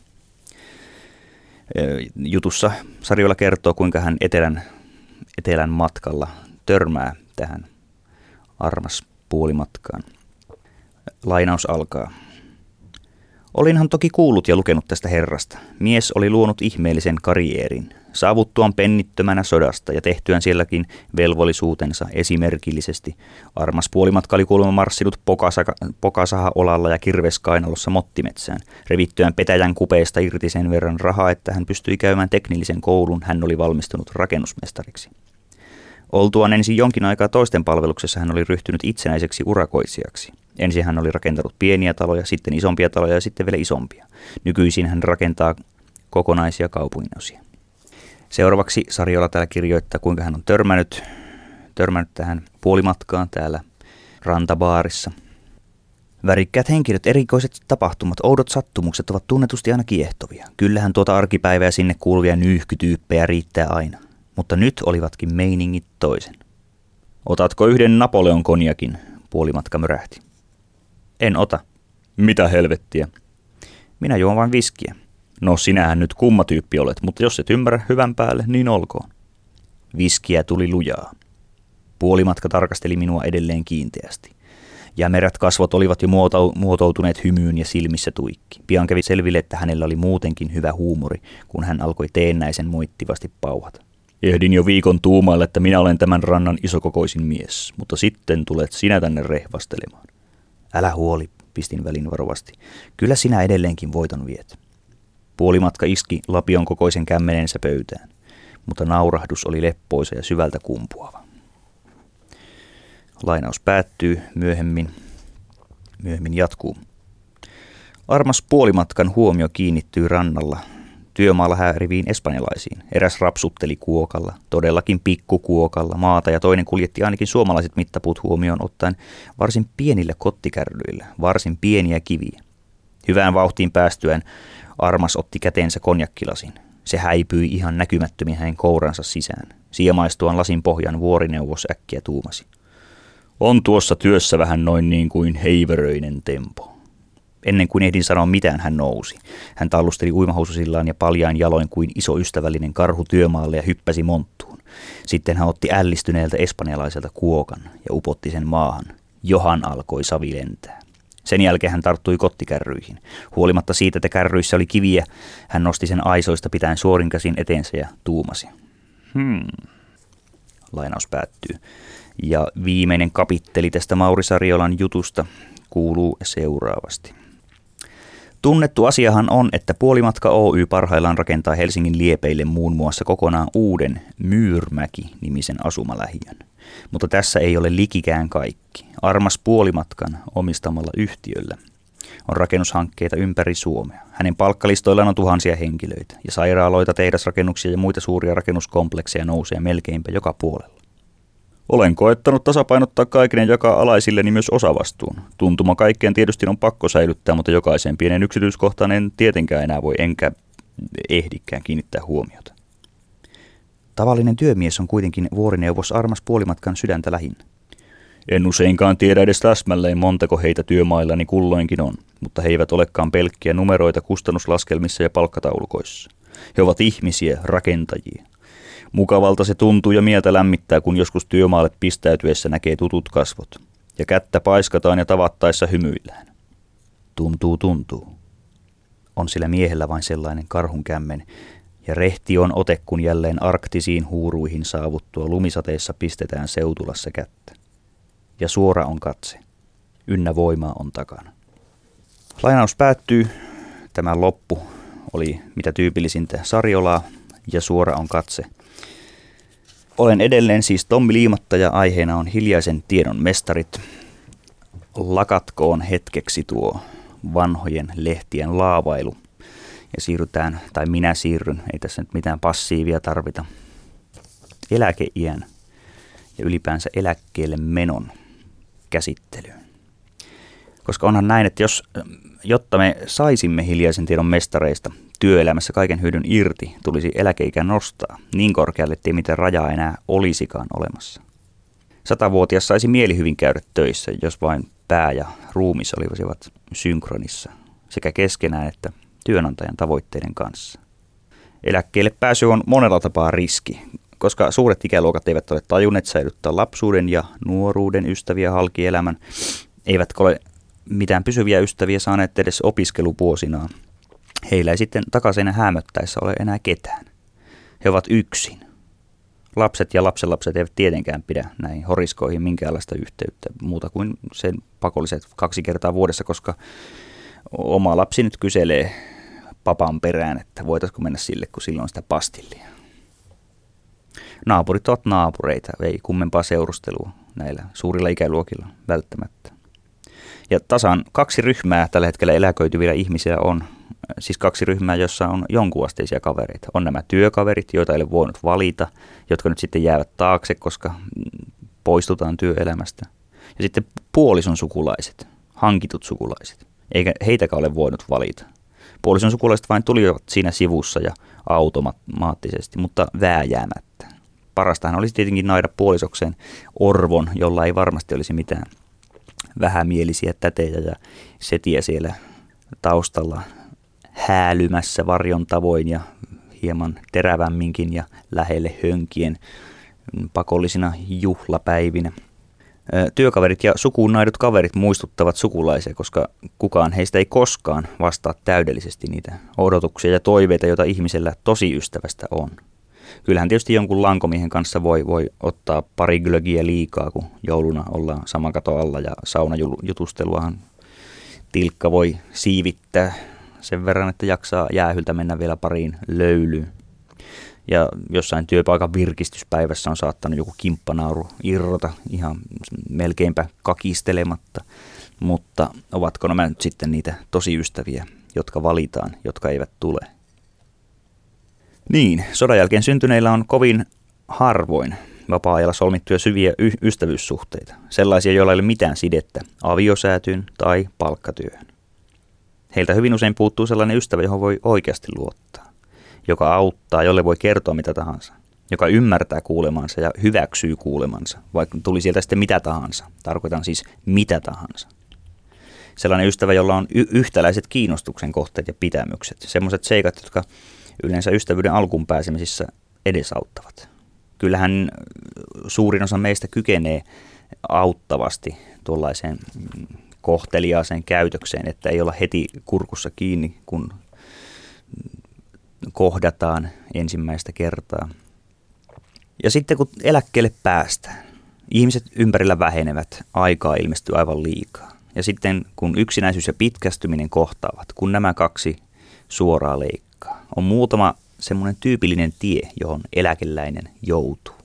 Jutussa Sariola kertoo, kuinka hän etelän matkalla törmää tähän armas puolimatkaan. Lainaus alkaa. Olinhan toki kuullut ja lukenut tästä herrasta. Mies oli luonut ihmeellisen karjeerin. Saavuttuaan pennittömänä sodasta ja tehtyään sielläkin velvollisuutensa esimerkillisesti. Armas puolimatka oli kuulemma marssinut Pokasaha-olalla ja kirveskainalossa mottimetsään. Revittyään petäjän kupeesta irti sen verran rahaa, että hän pystyi käymään teknillisen koulun, hän oli valmistunut rakennusmestariksi. Oltuaan ensin jonkin aikaa toisten palveluksessa hän oli ryhtynyt itsenäiseksi urakoitsijaksi. Ensin hän oli rakentanut pieniä taloja, sitten isompia taloja ja sitten vielä isompia. Nykyisin hän rakentaa kokonaisia kaupunginosia. Seuraavaksi Sariola täällä kirjoittaa, kuinka hän on törmännyt tähän puolimatkaan täällä rantabaarissa. Värikkäät henkilöt, erikoiset tapahtumat, oudot sattumukset ovat tunnetusti aina kiehtovia. Kyllähän tuota arkipäivää sinne kuuluvia nyyhkytyyppejä riittää aina. Mutta nyt olivatkin meiningit toisen. Otatko yhden Napoleon konjakin? Puolimatka mörähti. En ota. Mitä helvettiä? Minä juon vain viskiä. No sinähän nyt kumma tyyppi olet, mutta jos et ymmärrä hyvän päälle, niin olkoon. Viskiä tuli lujaa. Puolimatka tarkasteli minua edelleen kiinteästi. Jämerät kasvot olivat jo muotoutuneet hymyyn ja silmissä tuikki. Pian kävi selville, että hänellä oli muutenkin hyvä huumori, kun hän alkoi teennäisen moittivasti pauhata. Ehdin jo viikon tuumailla, että minä olen tämän rannan isokokoisin mies, mutta sitten tulet sinä tänne rehvastelemaan. Älä huoli, pistin väliin varovasti. Kyllä sinä edelleenkin voiton viet. Puolimatka iski lapion kokoisen kämmenensä pöytään, mutta naurahdus oli leppoisa ja syvältä kumpuava. Lainaus päättyy, myöhemmin jatkuu. Armas puolimatkan huomio kiinnittyy rannalla työmaalla häiriviin espanjalaisiin. Eräs rapsutteli kuokalla, todellakin pikkukuokalla, maata ja toinen kuljetti ainakin suomalaiset mittapuut huomioon ottaen varsin pienillä kottikärryillä, varsin pieniä kiviä. Hyvään vauhtiin päästyään Armas otti käteensä konjakkilasin. Se häipyi ihan näkymättömin hänen kouransa sisään. Siemaistuaan lasin pohjan vuorineuvos äkkiä tuumasi. On tuossa työssä vähän noin niin kuin heiveröinen tempo. Ennen kuin ehdin sanoa mitään, hän nousi. Hän tallusteli uimahoususillaan ja paljain jaloin kuin iso ystävällinen karhu työmaalle ja hyppäsi monttuun. Sitten hän otti ällistyneeltä espanjalaiselta kuokan ja upotti sen maahan. Johan alkoi savi lentää. Sen jälkeen hän tarttui kottikärryihin. Huolimatta siitä, että kärryissä oli kiviä, hän nosti sen aisoista pitäen suorin käsin eteensä ja tuumasi. Lainaus päättyy. Ja viimeinen kapitteli tästä Mauri Sariolan jutusta kuuluu seuraavasti. Tunnettu asiahan on, että Puolimatka Oy parhaillaan rakentaa Helsingin liepeille muun muassa kokonaan uuden Myyrmäki-nimisen asumalähiön. Mutta tässä ei ole likikään kaikki. Armas Puolimatkan omistamalla yhtiöllä on rakennushankkeita ympäri Suomea. Hänen palkkalistoillaan on tuhansia henkilöitä ja sairaaloita, tehdasrakennuksia ja muita suuria rakennuskomplekseja nousee melkeinpä joka puolella. Olen koettanut tasapainottaa kaiken ja jakaa alaisilleni myös osavastuun. Tuntuma kaikkeen tietysti on pakko säilyttää, mutta jokaisen pienen yksityiskohtaan en tietenkään enää voi enkä ehdikään kiinnittää huomiota. Tavallinen työmies on kuitenkin vuorineuvos armas Puolimatkan sydäntä lähinnä. En useinkaan tiedä edes täsmälleen montako heitä työmaillani kulloinkin on, mutta he eivät olekaan pelkkiä numeroita kustannuslaskelmissa ja palkkataulukoissa. He ovat ihmisiä, rakentajia. Mukavalta se tuntuu ja mieltä lämmittää, kun joskus työmaalle pistäytyessä näkee tutut kasvot. Ja kättä paiskataan ja tavattaessa hymyillään. Tuntuu. On sillä miehellä vain sellainen karhunkämmen, ja rehti on ote, kun jälleen arktisiin huuruihin saavuttua lumisateessa pistetään seutulassa kättä. Ja suora on katse. Ynnä voimaa on takana. Lainaus päättyy. Tämä loppu oli mitä tyypillisintä Sariolaa, ja suora on katse. Olen edelleen siis Tommi Liimatta ja aiheena on hiljaisen tiedon mestarit. Lakatkoon hetkeksi tuo vanhojen lehtien laavailu ja siirrytään, tai minä siirryn, ei tässä nyt mitään passiivia tarvita, eläkeiän ja ylipäänsä eläkkeelle menon käsittelyyn. Koska onhan näin, että jotta me saisimme hiljaisen tiedon mestareista työelämässä kaiken hyödyn irti, tulisi eläkeikä nostaa niin korkealle, ettei mitään rajaa enää olisikaan olemassa. 100-vuotias saisi mielihyvin käydä töissä, jos vain pää ja ruumis olisivat synkronissa sekä keskenään että työnantajan tavoitteiden kanssa. Eläkkeelle pääsy on monella tapaa riski, koska suuret ikäluokat eivät ole tajunneet säilyttää lapsuuden ja nuoruuden ystäviä halki elämän, eivätkä ole mitään pysyviä ystäviä saaneet edes opiskeluvuosinaan. Heillä ei sitten takaisin häämöttäessä ole enää ketään. He ovat yksin. Lapset ja lapsenlapset eivät tietenkään pidä näihin horiskoihin minkäänlaista yhteyttä muuta kuin sen pakolliset 2 kertaa vuodessa, koska oma lapsi nyt kyselee papan perään, että voitaisiko mennä sille, kun silloin on sitä pastillia. Naapurit ovat naapureita, ei kummempaa seurustelua näillä suurilla ikäluokilla välttämättä. Ja tasan 2 ryhmää tällä hetkellä eläköityvillä ihmisiä on, siis 2 ryhmää, jossa on jonkunasteisia kavereita. On nämä työkaverit, joita ei ole voinut valita, jotka nyt sitten jäävät taakse, koska poistutaan työelämästä. Ja sitten puolison sukulaiset, hankitut sukulaiset, eikä heitäkään ole voinut valita. Puolison sukulaiset vain tulivat siinä sivussa ja automaattisesti, mutta vääjäämättä. Parastahan olisi tietenkin naida puolisokseen orvon, jolla ei varmasti olisi mitään vähämielisiä tätejä ja setiä siellä taustalla häälymässä varjon tavoin ja hieman terävämminkin ja lähelle hönkien pakollisina juhlapäivinä. Työkaverit ja sukuun naidut kaverit muistuttavat sukulaisia, koska kukaan heistä ei koskaan vastaa täydellisesti niitä odotuksia ja toiveita, joita ihmisellä tosi ystävästä on. Kyllähän tietysti jonkun lankomiehen kanssa voi ottaa pari glögiä liikaa, kun jouluna ollaan saman katon alla ja saunajutusteluahan tilkka voi siivittää sen verran, että jaksaa jäähyltä mennä vielä pariin löylyyn. Ja jossain työpaikan virkistyspäivässä on saattanut joku kimppanauru irrota ihan melkeinpä kakistelematta, mutta ovatko nämä nyt sitten niitä tosiystäviä, jotka valitaan, jotka eivät tule? Niin, sodan jälkeen syntyneillä on kovin harvoin vapaa-ajalla solmittuja syviä ystävyyssuhteita, sellaisia, joilla ei ole mitään sidettä aviosäätyyn tai palkkatyöhön. Heiltä hyvin usein puuttuu sellainen ystävä, johon voi oikeasti luottaa, joka auttaa, jolle voi kertoa mitä tahansa, joka ymmärtää kuulemansa ja hyväksyy kuulemansa, vaikka tuli sieltä sitten mitä tahansa, tarkoitan siis mitä tahansa. Sellainen ystävä, jolla on yhtäläiset kiinnostuksen kohteet ja pitämykset, semmoiset seikat, jotka yleensä ystävyyden alkuun pääsemisissä edesauttavat. Kyllähän suurin osa meistä kykenee auttavasti tuollaiseen kohteliaaseen käytökseen, että ei olla heti kurkussa kiinni, kun kohdataan ensimmäistä kertaa. Ja sitten kun eläkkeelle päästään, ihmiset ympärillä vähenevät, aikaa ilmestyy aivan liikaa. Ja sitten kun yksinäisyys ja pitkästyminen kohtaavat, kun nämä kaksi suoraan leikkaa, on muutama semmoinen tyypillinen tie, johon eläkeläinen joutuu.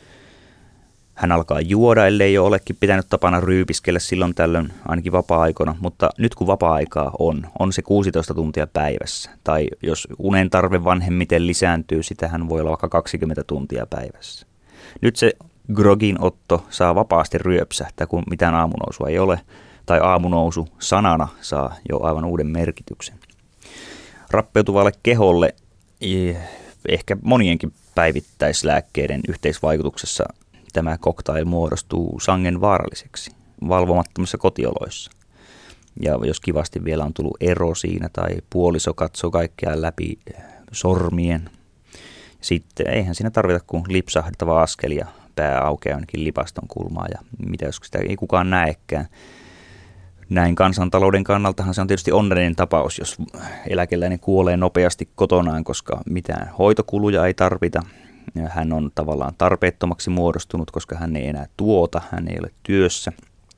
Hän alkaa juoda, ellei jo olekin pitänyt tapana ryypiskellä silloin tällöin, ainakin vapaa-aikoina, mutta nyt kun vapaa-aikaa on se 16 tuntia päivässä. Tai jos unen tarve vanhemmiten lisääntyy, sitähän voi olla vaikka 20 tuntia päivässä. Nyt se grogin otto saa vapaasti ryöpsähtää, kun mitään aamunousua ei ole, tai aamunousu sanana saa jo aivan uuden merkityksen. Rappeutuvalle keholle ehkä monienkin päivittäislääkkeiden yhteisvaikutuksessa tämä cocktail muodostuu sangen vaaralliseksi valvomattomissa kotioloissa. Ja jos kivasti vielä on tullut ero siinä tai puoliso katsoo kaikkea läpi sormien, sitten eihän siinä tarvita kuin lipsahdttava askel ja pää aukeaa ainakin lipaston kulmaa ja mitä jos sitä ei kukaan näekään. Näin kansantalouden kannaltahan se on tietysti onnellinen tapaus, jos eläkeläinen kuolee nopeasti kotonaan, koska mitään hoitokuluja ei tarvita. Hän on tavallaan tarpeettomaksi muodostunut, koska hän ei enää tuota, hän ei ole työssä.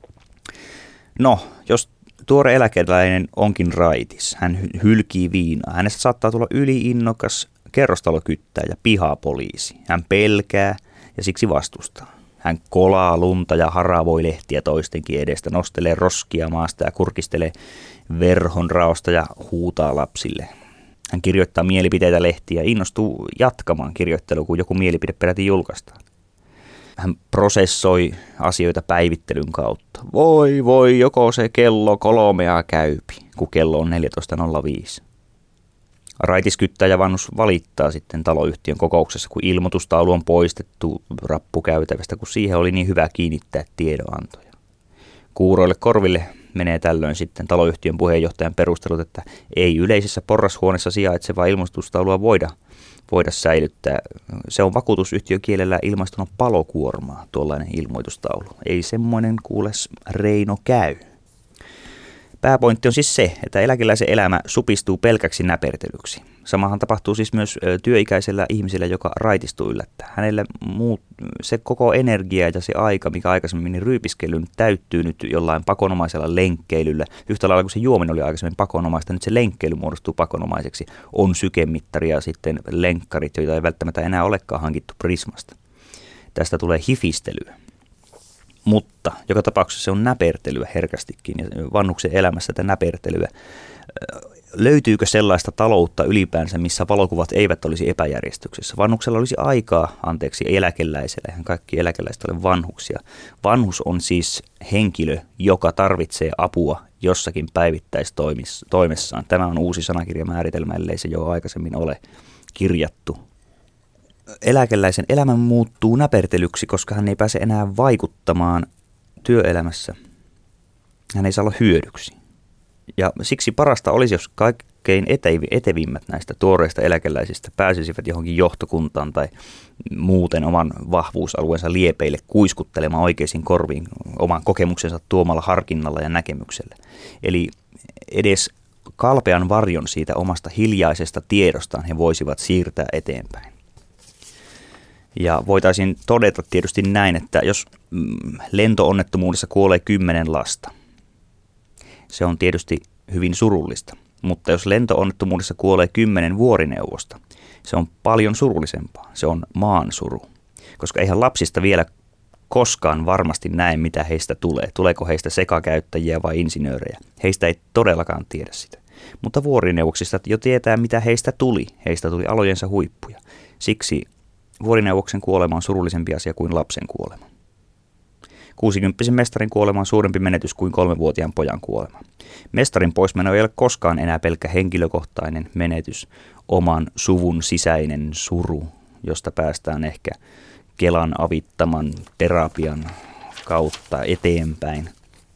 No, jos tuore eläkeläinen onkin raitis, hän hylkii viinaa, hänestä saattaa tulla yliinnokas kerrostalokyttäjä, pihapoliisi. Hän pelkää ja siksi vastustaa. Hän kolaa lunta ja haravoi lehtiä toistenkin edestä, nostelee roskia maasta ja kurkistelee verhon raosta ja huutaa lapsille. Hän kirjoittaa mielipiteitä lehtiä ja innostuu jatkamaan kirjoittelua, kun joku mielipide peräti julkaistaan. Hän prosessoi asioita päivittelyn kautta. Voi, joko se kello 3 käypi, kun kello on 14.05. Raitiskyttäjä vanhus valittaa sitten taloyhtiön kokouksessa, kun ilmoitustaulu on poistettu rappukäytävästä, kun siihen oli niin hyvä kiinnittää tiedonantoja. Kuuroille korville menee tällöin sitten taloyhtiön puheenjohtajan perustelut, että ei yleisessä porrashuoneessa sijaitsevaa ilmoitustaulua voida säilyttää. Se on vakuutusyhtiön kielellä ilmaistuna palokuormaa, tuollainen ilmoitustaulu. Ei semmoinen kuules Reino käy. Pääpointti on siis se, että eläkeläisen elämä supistuu pelkäksi näpertelyksi. Samahan tapahtuu siis myös työikäisellä ihmisellä, joka raitistuu yllättää. Hänelle se koko energia ja se aika, mikä aikaisemmin meni ryypiskelyn, täyttyy nyt jollain pakonomaisella lenkkeilyllä. Yhtä lailla kuin se juominen oli aikaisemmin pakonomaista, nyt se lenkkeily muodostuu pakonomaiseksi. On sykemittari ja sitten lenkkarit, joita ei välttämättä enää olekaan hankittu Prismasta. Tästä tulee hifistelyä. Mutta joka tapauksessa se on näpertelyä herkästikin ja vanhuksen elämässä tätä näpertelyä. Löytyykö sellaista taloutta ylipäänsä, missä valokuvat eivät olisi epäjärjestyksessä? Vanhuksella olisi aikaa, eläkeläisellä, eihän kaikki eläkeläiset ole vanhuksia. Vanhus on siis henkilö, joka tarvitsee apua jossakin päivittäistoimessaan. Tämä on uusi sanakirjamääritelmä, ellei se jo aikaisemmin ole kirjattu. Eläkeläisen elämä muuttuu näpertelyksi, koska hän ei pääse enää vaikuttamaan työelämässä. Hän ei saa olla hyödyksi. Ja siksi parasta olisi, jos kaikkein etevimmät näistä tuoreista eläkeläisistä pääsisivät johonkin johtokuntaan tai muuten oman vahvuusalueensa liepeille kuiskuttelemaan oikeisiin korviin oman kokemuksensa tuomalla harkinnalla ja näkemyksellä. Eli edes kalpean varjon siitä omasta hiljaisesta tiedostaan he voisivat siirtää eteenpäin. Ja voitaisiin todeta tietysti näin, että jos lentoonnettomuudessa kuolee 10 lasta, se on tietysti hyvin surullista. Mutta jos lentoonnettomuudessa kuolee 10 vuorineuvosta, se on paljon surullisempaa. Se on maan suru. Koska eihän lapsista vielä koskaan varmasti näe, mitä heistä tulee. Tuleeko heistä sekakäyttäjiä vai insinöörejä. Heistä ei todellakaan tiedä sitä. Mutta vuorineuvoksista jo tietää, mitä heistä tuli. Heistä tuli alojensa huippuja. Siksi vuorineuvoksen kuolema on surullisempi asia kuin lapsen kuolema. 60-vuotiaan mestarin kuolema on suurempi menetys kuin 3-vuotiaan pojan kuolema. Mestarin poismeno ei ole koskaan enää pelkkä henkilökohtainen menetys, oman suvun sisäinen suru, josta päästään ehkä Kelan avittaman terapian kautta eteenpäin.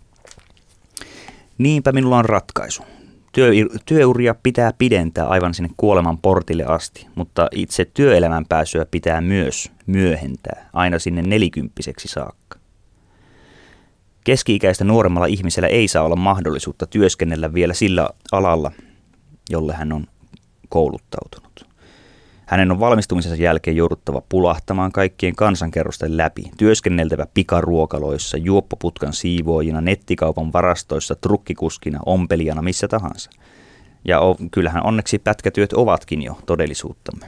Niinpä minulla on ratkaisu. Työuria pitää pidentää aivan sinne kuoleman portille asti, mutta itse työelämän pääsyä pitää myös myöhentää aina sinne 40-vuotiaaksi saakka. Keski-ikäistä nuoremmalla ihmisellä ei saa olla mahdollisuutta työskennellä vielä sillä alalla, jolle hän on kouluttautunut. Hänen on valmistumisensa jälkeen jouduttava pulahtamaan kaikkien kansankerrosten läpi, työskenneltävä pikaruokaloissa, juoppoputkan siivoojina, nettikaupan varastoissa, trukkikuskina, ompelijana, missä tahansa. Ja kyllähän onneksi pätkätyöt ovatkin jo todellisuuttamme.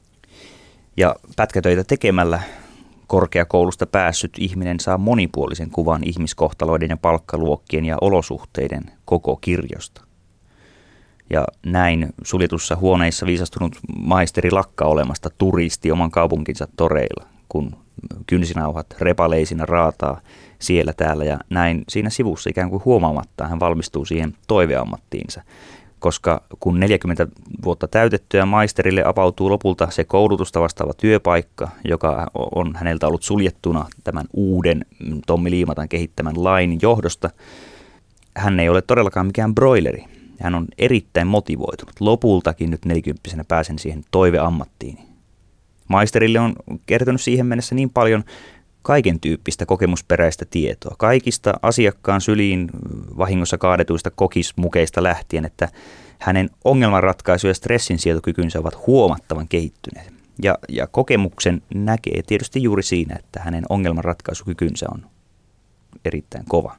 Ja pätkätöitä tekemällä korkeakoulusta päässyt ihminen saa monipuolisen kuvan ihmiskohtaloiden ja palkkaluokkien ja olosuhteiden koko kirjosta. Ja näin suljetussa huoneissa viisastunut maisteri lakkaa olemasta turisti oman kaupunkinsa toreilla, kun kynsinauhat repaleisina raataa siellä täällä. Ja näin siinä sivussa ikään kuin huomaamattaan hän valmistuu siihen toiveammattiinsa. Koska kun 40 vuotta täytettyä maisterille avautuu lopulta se koulutusta vastaava työpaikka, joka on häneltä ollut suljettuna tämän uuden Tommi Liimatan kehittämän lain johdosta, hän ei ole todellakaan mikään broileri. Hän on erittäin motivoitunut. Lopultakin nyt 40-vuotiaana pääsen siihen toiveammattiin. Maisterille on kertonut siihen mennessä niin paljon kaiken tyyppistä kokemusperäistä tietoa. Kaikista asiakkaan syliin vahingossa kaadetuista kokismukeista lähtien, että hänen ongelmanratkaisu- ja stressinsietokykynsä ovat huomattavan kehittyneet. Ja kokemuksen näkee tietysti juuri siinä, että hänen ongelmanratkaisukykynsä on erittäin kova.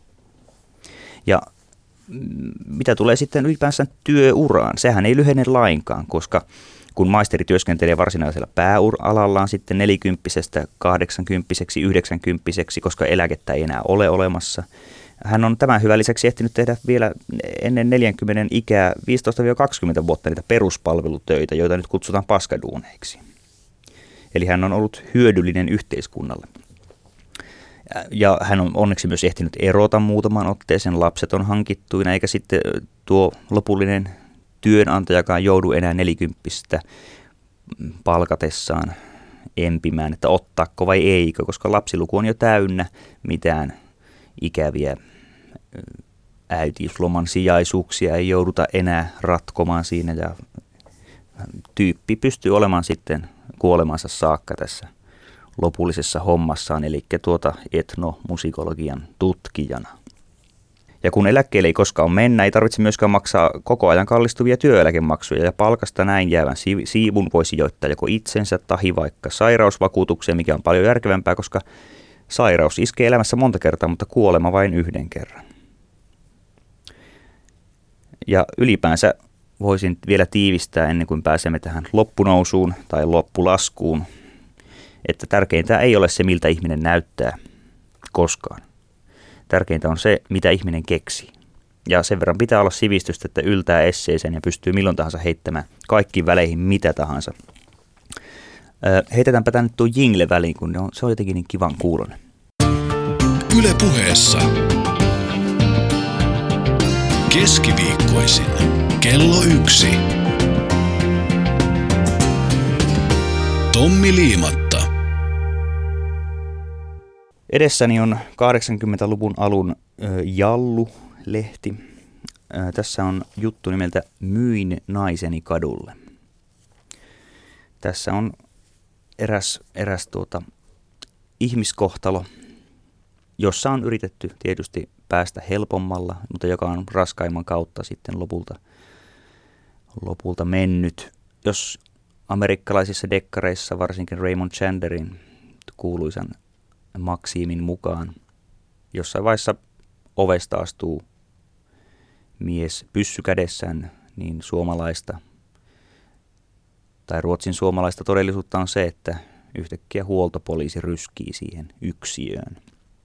Ja mitä tulee sitten ylipäänsä työuraan, sehän ei lyhene lainkaan, koska kun maisteri työskentelee varsinaisella pääuralallaan sitten 40-stä 80-ksi, 90-ksi, koska eläkettä ei enää ole olemassa. Hän on tämän hyvän lisäksi ehtinyt tehdä vielä ennen 40 ikää 15-20 vuotta niitä peruspalvelutöitä, joita nyt kutsutaan paskaduuneiksi. Eli hän on ollut hyödyllinen yhteiskunnalle. Ja hän on onneksi myös ehtinyt erota muutaman otteeseen, lapset on hankittuina, eikä sitten tuo lopullinen työnantajakaan joudu enää 40 palkatessaan empimään, että ottaako vai eikö, koska lapsiluku on jo täynnä, mitään ikäviä äitiysloman sijaisuuksia ei jouduta enää ratkomaan siinä, ja tyyppi pystyy olemaan sitten kuolemansa saakka tässä lopullisessa hommassaan, eli etnomusikologian tutkijana. Ja kun eläkkeelle ei koskaan mennä, ei tarvitse myöskään maksaa koko ajan kallistuvia työeläkemaksuja, ja palkasta näin jäävän siivun voi sijoittaa joko itsensä tai vaikka sairausvakuutukseen, mikä on paljon järkevämpää, koska sairaus iskee elämässä monta kertaa, mutta kuolema vain yhden kerran. Ja ylipäänsä voisin vielä tiivistää ennen kuin pääsemme tähän loppunousuun tai loppulaskuun, että tärkeintä ei ole se, miltä ihminen näyttää koskaan. Tärkeintä on se, mitä ihminen keksii. Ja sen verran pitää olla sivistystä, että yltää esseeseen ja pystyy milloin tahansa heittämään kaikkiin väleihin mitä tahansa. Heitetäänpä tänne tuo jingle väliin, kun se on jotenkin niin kivan kuulonen. Yle Puheessa. Keskiviikkoisin kello 1. Tommi Liimatta. Edessäni on 80-luvun alun Jallu-lehti. Tässä on juttu nimeltä Myin naiseni kadulle. Tässä on eräs ihmiskohtalo, jossa on yritetty tietysti päästä helpommalla, mutta joka on raskaimman kautta sitten lopulta mennyt. Jos amerikkalaisissa dekkareissa, varsinkin Raymond Chandlerin kuuluisan maksiimin mukaan, jossain vaiheessa ovesta astuu mies pyssy kädessään, niin suomalaista tai ruotsin suomalaista todellisuutta on se, että yhtäkkiä huoltopoliisi ryskii siihen yksiöön.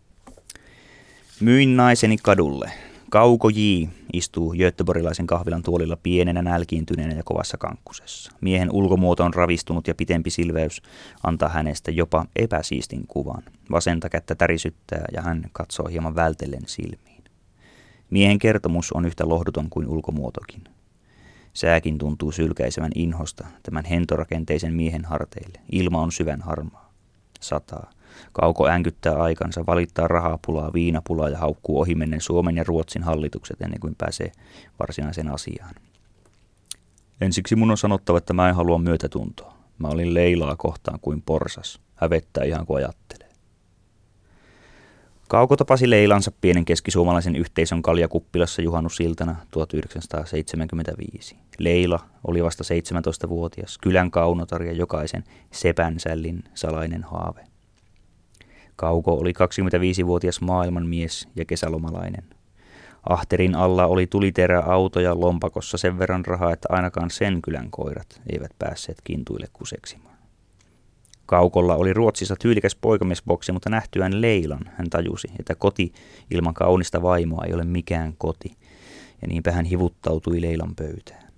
Myin naiseni kadulle. Kauko J. istuu göteborgilaisen kahvilan tuolilla pienenä, nälkiintyneenä ja kovassa kankkusessa. Miehen ulkomuoto on ravistunut ja pitempi silveys antaa hänestä jopa epäsiistin kuvan. Vasenta kättä tärisyttää ja hän katsoo hieman vältellen silmiin. Miehen kertomus on yhtä lohduton kuin ulkomuotokin. Sääkin tuntuu sylkäisevän inhosta tämän hentorakenteisen miehen harteille. Ilma on syvän harmaa. Sataa. Kauko änkyttää aikansa, valittaa rahapulaa, viinapulaa ja haukkuu ohimennen Suomen ja Ruotsin hallitukset ennen kuin pääsee varsinaiseen asiaan. Ensiksi mun on sanottava, että mä en halua myötätuntoa. Mä olin Leilaa kohtaan kuin porsas. Hävettää ihan kuin ajattelee. Kauko tapasi Leilansa pienen keskisuomalaisen yhteisön kaljakuppilassa juhannusiltana 1975. Leila oli vasta 17-vuotias, kylän kaunotar ja jokaisen sepänsällin salainen haave. Kauko oli 25-vuotias maailmanmies ja kesälomalainen. Ahterin alla oli tuliteräauto ja lompakossa sen verran rahaa, että ainakaan sen kylän koirat eivät päässeet kintuille kuseksimaan. Kaukolla oli Ruotsissa tyylikäs poikamiesboksi, mutta nähtyään Leilan hän tajusi, että koti ilman kaunista vaimoa ei ole mikään koti, ja niinpä hän hivuttautui Leilan pöytään.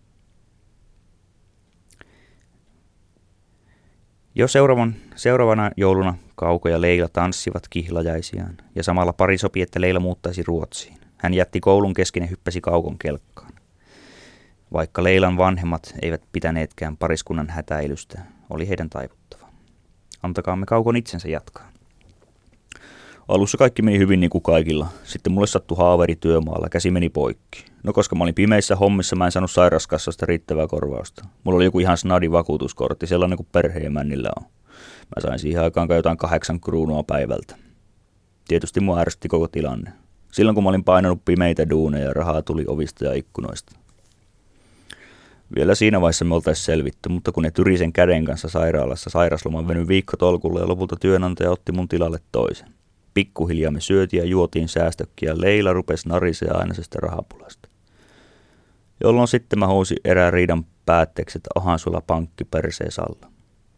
Jo seuraavana jouluna Kauko ja Leila tanssivat kihlajaisiaan, ja samalla pari sopi, että Leila muuttaisi Ruotsiin. Hän jätti koulun kesken ja hyppäsi Kaukon kelkkaan. Vaikka Leilan vanhemmat eivät pitäneetkään pariskunnan hätäilystä, oli heidän taivuttava. Antakaamme Kaukon itsensä jatkaa. Alussa kaikki meni hyvin niin kuin kaikilla. Sitten mulle sattui haaveri työmaalla, käsi meni poikki. No koska mä olin pimeissä hommissa, mä en saanut sairaskassasta riittävää korvausta. Mulla oli joku ihan snadi vakuutuskortti, sellainen kuin perheenmännillä on. Mä sain siihen aikaan jotain 8 kruunua päivältä. Tietysti mua ärsytti koko tilanne. Silloin kun mä olin painanut pimeitä duuneja, rahaa tuli ovista ja ikkunoista. Vielä siinä vaiheessa me oltaisiin selvitty, mutta kun ne Tyrisen käden kanssa sairaalassa sairasloman venyi viikkotolkulle ja lopulta työnantaja otti mun tilalle toisen. Pikkuhiljaa me syötiin ja juotiin säästökkiä ja Leila rupesi narisee aina sitä rahapulasta. Jolloin sitten mä huusin erään riidan päätteeksi, että ohan sulla pankki persees alla.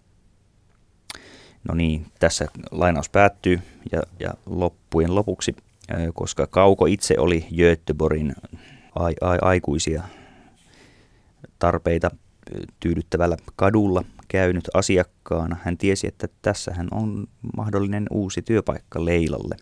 No niin, tässä lainaus päättyy ja loppujen lopuksi, koska Kauko itse oli Göteborgin aikuisia tarpeita tyydyttävällä kadulla käynyt asiakkaana. Hän tiesi, että tässähän on mahdollinen uusi työpaikka Leilalle.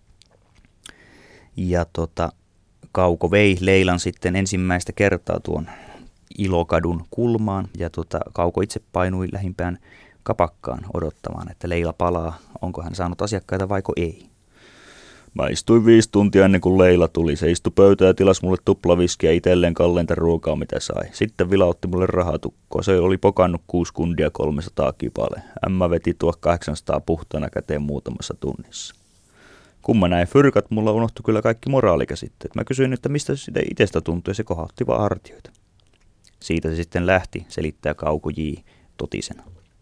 Ja Kauko vei Leilan sitten ensimmäistä kertaa tuon Ilokadun kulmaan. Ja Kauko itse painui lähimpään kapakkaan odottamaan, että Leila palaa. Onko hän saanut asiakkaita vaiko ei? Mä istuin 5 tuntia ennen kuin Leila tuli. Se istui pöytään ja tilasi mulle tuplaviskiä itselleen kalleinta ruokaa mitä sai. Sitten vilautti mulle rahatukkoa. Se oli pokannut 6 kundia 300 kipale. Ämmä veti tuo 800 puhtaana käteen muutamassa tunnissa. Kun mä näin fyrkat, mulla unohtui kyllä kaikki moraalikäsitteet. Mä kysyin, että mistä sitä itsestä tuntui ja se kohautti vaan hartioita. Siitä se sitten lähti, selittää Kauko J. totisena.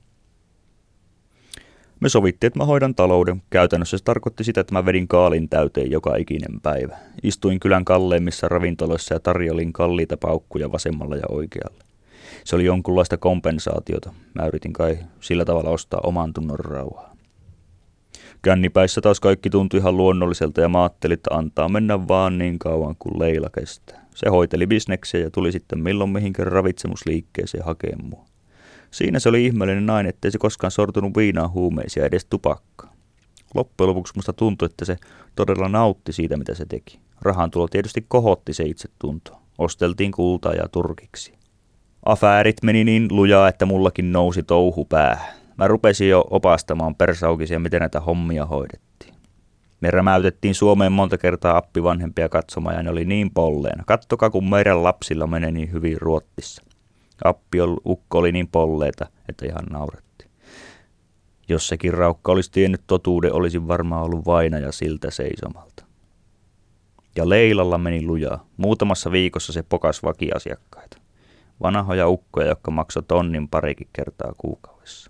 Me sovittiin, että mä hoidan talouden. Käytännössä se tarkoitti sitä, että mä vedin kaalin täyteen joka ikinen päivä. Istuin kylän kalleimmissa ravintoloissa ja tarjolin kalliita paukkuja vasemmalla ja oikealla. Se oli jonkunlaista kompensaatiota. Mä yritin kai sillä tavalla ostaa oman tunnon rauhaa. Kännipäissä taas kaikki tuntui ihan luonnolliselta ja mä ajattelin, että antaa mennä vaan niin kauan kuin Leila kestää. Se hoiteli bisneksiä ja tuli sitten milloin mihinkin ravitsemusliikkeeseen hakemaan mua. Siinä se oli ihmeellinen nainen, ettei se koskaan sortunut viinaan, huumeisia edes tupakkaa. Loppujen lopuksi musta tuntui, että se todella nautti siitä, mitä se teki. Rahan tulo tietysti kohotti se itse tuntoa. Osteltiin kultaa ja turkiksi. Afäärit meni niin lujaa, että mullakin nousi touhu päähän. Mä rupesin jo opastamaan persaukisia, miten näitä hommia hoidettiin. Me rämäytettiin Suomeen monta kertaa appivanhempia katsomaan ja ne oli niin polleena. Kattokaa, kun meidän lapsilla menee niin hyvin Ruotsissa. Ukko oli niin polleeta, että ihan naurettiin. Jos sekin raukka olisi tiennyt totuuden, olisi varmaan ollut vainaja siltä seisomalta. Ja Leilalla meni lujaa. Muutamassa viikossa se pokas vakiasiakkaita. Vanhoja ukkoja, jotka maksoi tonnin parikin kertaa kuukaudessa.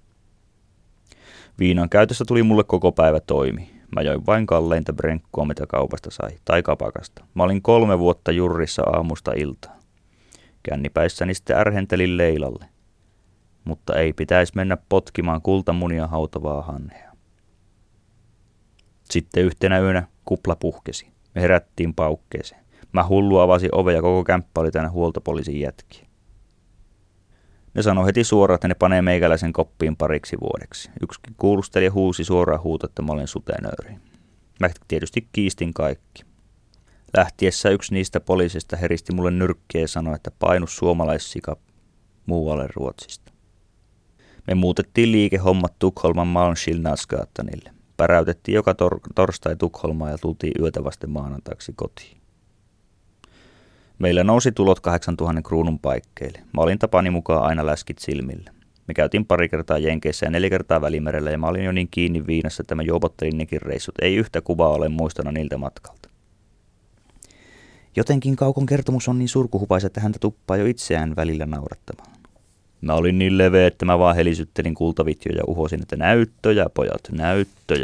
Viinan käytössä tuli mulle koko päivä toimi. Mä join vain kalleinta brenkkua, mitä kaupasta sai, tai kapakasta. Mä olin 3 vuotta jurrissa aamusta iltaan. Kännipäissäni sitten ärhentelin Leilalle. Mutta ei pitäisi mennä potkimaan kultamunia hautavaa hanhea. Sitten yhtenä yönä kupla puhkesi. Me herättiin paukkeeseen. Mä hullu avasin ove ja koko kämppä oli tänä huoltopoliisin jätkiä. Ne sanoi heti suoraan, että ne panee meikäläisen koppiin pariksi vuodeksi. Yksi kuulustelija huusi suoraan huuto, että mä olen sutenööri. Mä tietysti kiistin kaikki. Lähtiessä yksi niistä poliisista heristi mulle nyrkkiä ja sanoi, että painu suomalaissika muualle Ruotsista. Me muutettiin liikehommat Tukholman Malmskillnadsgatanille. Päräytettiin joka torstai Tukholmaa ja tultiin yötä vasten maanantaiksi kotiin. Meillä nousi tulot 8 000 kruunun paikkeille. Mä olin tapani mukaan aina läskit silmillä. Me käytiin 2 kertaa Jenkeissä ja 4 kertaa Välimerellä ja mä olin jo niin kiinni viinassa, että mä juopottelin nekin reissut. Ei yhtä kuvaa ole muistona niiltä matkalta. Jotenkin Kaukon kertomus on niin surkuhupaisa, että häntä tuppaa jo itseään välillä naurattamaan. Mä olin niin leveä, että mä vaan helisyttelin kultavitjoja ja uhosin, että näyttöjä, pojat, näyttöjä.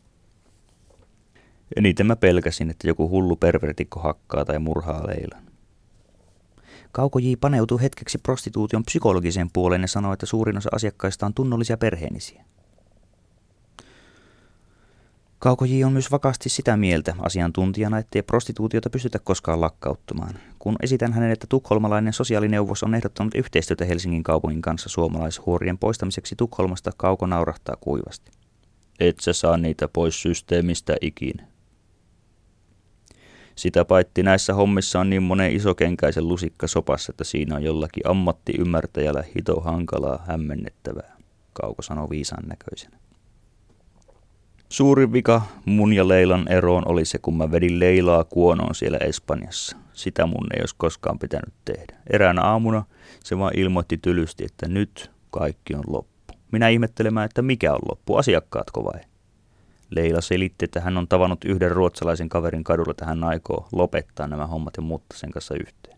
Eniten mä pelkäsin, että joku hullu pervertikko hakkaa tai murhaa Leilan. Kauko J. paneutui hetkeksi prostituution psykologiseen puoleen ja sanoi, että suurin osa asiakkaista on tunnollisia perheenisiä. Kauko J. on myös vakaasti sitä mieltä asiantuntijana, ettei prostituutiota pystytä koskaan lakkauttamaan. Kun esitän hänelle, että tukholmalainen sosiaalineuvos on ehdottanut yhteistyötä Helsingin kaupungin kanssa suomalaishuorien poistamiseksi Tukholmasta, Kauko naurahtaa kuivasti. Et sä saa niitä pois systeemistä ikinä. Sitä paitsi näissä hommissa on niin monen isokenkäisen lusikka sopassa, että siinä on jollakin ammattiymmärtäjällä hito hankalaa hämmennettävää, Kauko sanoi viisaan näköisenä. Suurin vika mun ja Leilan eroon oli se, kun mä vedin Leilaa kuonoon siellä Espanjassa. Sitä mun ei olisi koskaan pitänyt tehdä. Eräänä aamuna se vaan ilmoitti tylysti, että nyt kaikki on loppu. Minä ihmettelemään, että mikä on loppu, asiakkaatko vai? Leila selitti, että hän on tavannut yhden ruotsalaisen kaverin kadulla, että hän aikoo lopettaa nämä hommat ja muuttaa sen kanssa yhteen.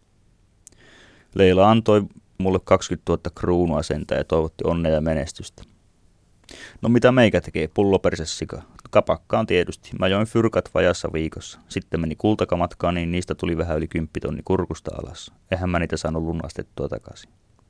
Leila antoi mulle 20 000 kruunua sentään ja toivotti onnea ja menestystä. No mitä meikä tekee, pullopersessika? Kapakkaan tietysti. Mä join fyrkat vajassa viikossa. Sitten meni kultakamatkaan, niin niistä tuli vähän yli 10 000 kurkusta alas. Eihän mä niitä saanut lunastettua takaisin.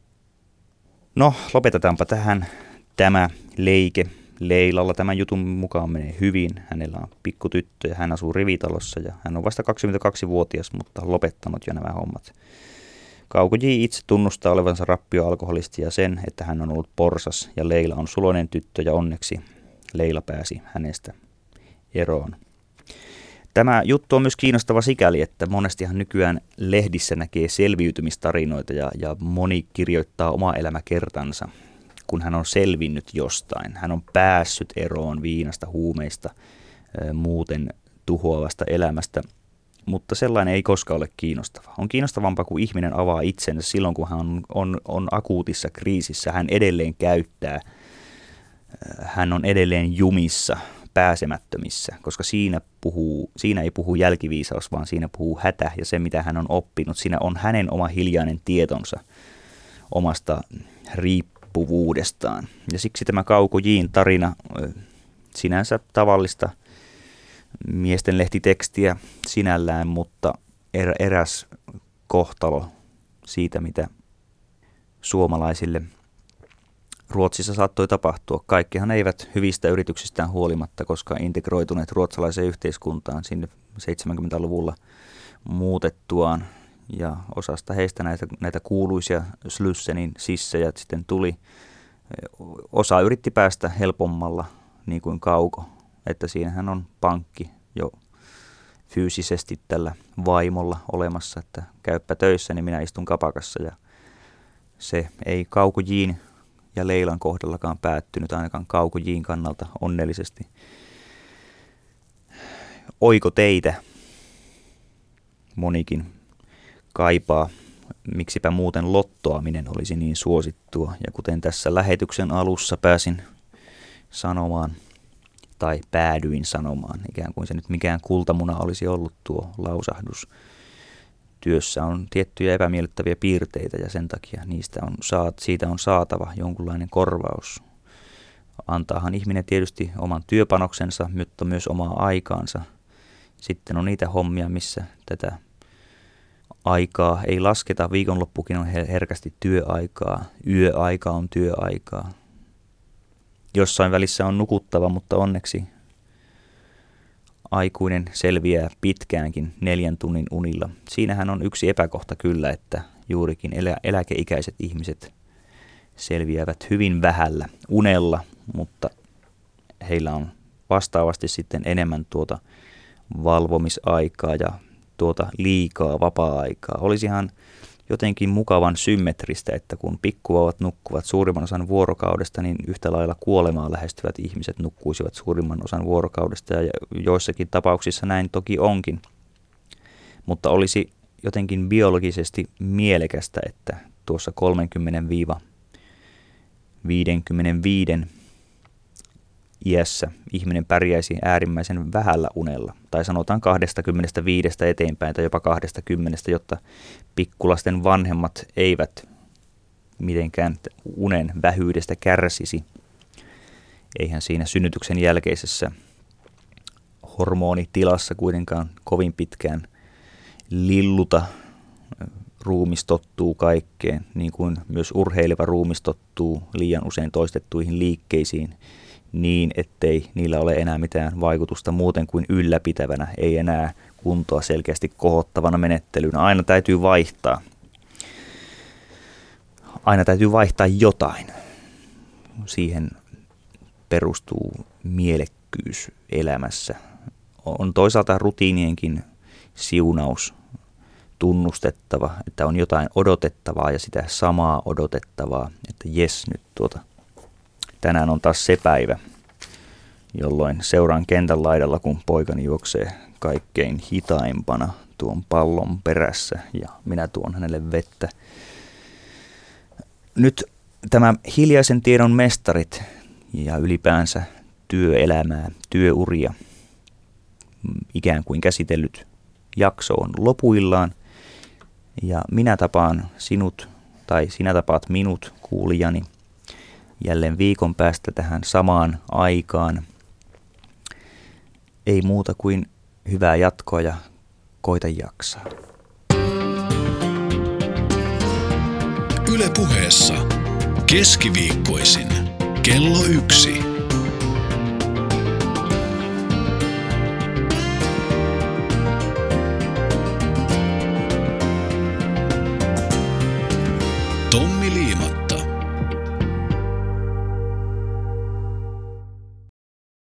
No, lopetetaanpa tähän tämä leike. Leilalla tämän jutun mukaan menee hyvin. Hänellä on pikkutyttö ja hän asuu rivitalossa ja hän on vasta 22-vuotias, mutta lopettanut jo nämä hommat. Kauko J. itse tunnustaa olevansa rappioalkoholisti ja sen, että hän on ollut porsas ja Leila on suloinen tyttö ja onneksi Leila pääsi hänestä eroon. Tämä juttu on myös kiinnostava sikäli, että monestihan nykyään lehdissä näkee selviytymistarinoita ja moni kirjoittaa oma elämäkertansa, kun hän on selvinnyt jostain. Hän on päässyt eroon viinasta, huumeista, muuten tuhoavasta elämästä. Mutta sellainen ei koskaan ole kiinnostava. On kiinnostavampaa, kun ihminen avaa itsensä silloin, kun hän on akuutissa kriisissä. Hän edelleen käyttää, hän on edelleen jumissa, pääsemättömissä, koska siinä ei puhu jälkiviisaus, vaan siinä puhuu hätä ja se, mitä hän on oppinut. Siinä on hänen oma hiljainen tietonsa omasta riippuvuudestaan. Ja siksi tämä Kauko J:n tarina, sinänsä tavallista miesten lehtitekstiä sinällään, mutta eräs kohtalo siitä, mitä suomalaisille Ruotsissa saattoi tapahtua. Kaikkihan eivät hyvistä yrityksistään huolimatta, koska integroituneet ruotsalaiseen yhteiskuntaan sinne 70-luvulla muutettuaan. Ja osasta heistä näitä kuuluisia Slyssenin sissejä sitten tuli. Osa yritti päästä helpommalla, niin kuin Kauko, että siinähän on pankki jo fyysisesti tällä vaimolla olemassa, että käyppä töissä, niin minä istun kapakassa. Ja se ei Kauko J:n ja Leilan kohdallakaan päättynyt, ainakaan Kauko J:n kannalta onnellisesti. Oiko teitä monikin kaipaa, miksipä muuten lottoaminen olisi niin suosittua. Ja kuten tässä lähetyksen alussa pääsin sanomaan, tai päädyin sanomaan, ikään kuin se nyt mikään kultamuna olisi ollut tuo lausahdus. Työssä on tiettyjä epämiellyttäviä piirteitä ja sen takia siitä on saatava jonkunlainen korvaus. Antaahan ihminen tietysti oman työpanoksensa, mutta myös omaa aikaansa. Sitten on niitä hommia, missä tätä aikaa ei lasketa. Viikonloppukin on herkästi työaikaa, yöaika on työaikaa. Jossain välissä on nukuttava, mutta onneksi aikuinen selviää pitkäänkin 4 tunnin unilla. Siinähän on yksi epäkohta kyllä, että juurikin eläkeikäiset ihmiset selviävät hyvin vähällä unella, mutta heillä on vastaavasti sitten enemmän tuota valvomisaikaa ja tuota liikaa vapaa-aikaa. Olisihan jotenkin mukavan symmetristä, että kun pikkuvauvat nukkuvat suurimman osan vuorokaudesta, niin yhtä lailla kuolemaa lähestyvät ihmiset nukkuisivat suurimman osan vuorokaudesta, ja joissakin tapauksissa näin toki onkin. Mutta olisi jotenkin biologisesti mielekästä, että tuossa 55 iässä ihminen pärjäisi äärimmäisen vähällä unella, tai sanotaan 25 eteenpäin tai jopa 20, jotta pikkulasten vanhemmat eivät mitenkään unen vähyydestä kärsisi. Eihän siinä synnytyksen jälkeisessä hormonitilassa kuitenkaan kovin pitkään lilluta. Ruumis tottuu kaikkeen, niin kuin myös urheileva ruumis tottuu liian usein toistettuihin liikkeisiin niin, ettei niillä ole enää mitään vaikutusta muuten kuin ylläpitävänä, ei enää kuntoa selkeästi kohottavana menettelynä. Aina täytyy vaihtaa. Aina täytyy vaihtaa jotain. Siihen perustuu mielekkyys elämässä. On toisaalta rutiinienkin siunaus tunnustettava, että on jotain odotettavaa ja sitä samaa odotettavaa, että jes nyt tänään on taas se päivä, jolloin seuraan kentän laidalla, kun poikani juoksee kaikkein hitaimpana tuon pallon perässä ja minä tuon hänelle vettä. Nyt tämä hiljaisen tiedon mestarit ja ylipäänsä työelämää, työuria ikään kuin käsitellyt jakso on lopuillaan ja minä tapaan sinut tai sinä tapaat minut kuulijani jälleen viikon päästä tähän samaan aikaan. Ei muuta kuin hyvää jatkoa ja koita jaksaa. Yle Puheessa keskiviikkoisin kello 1.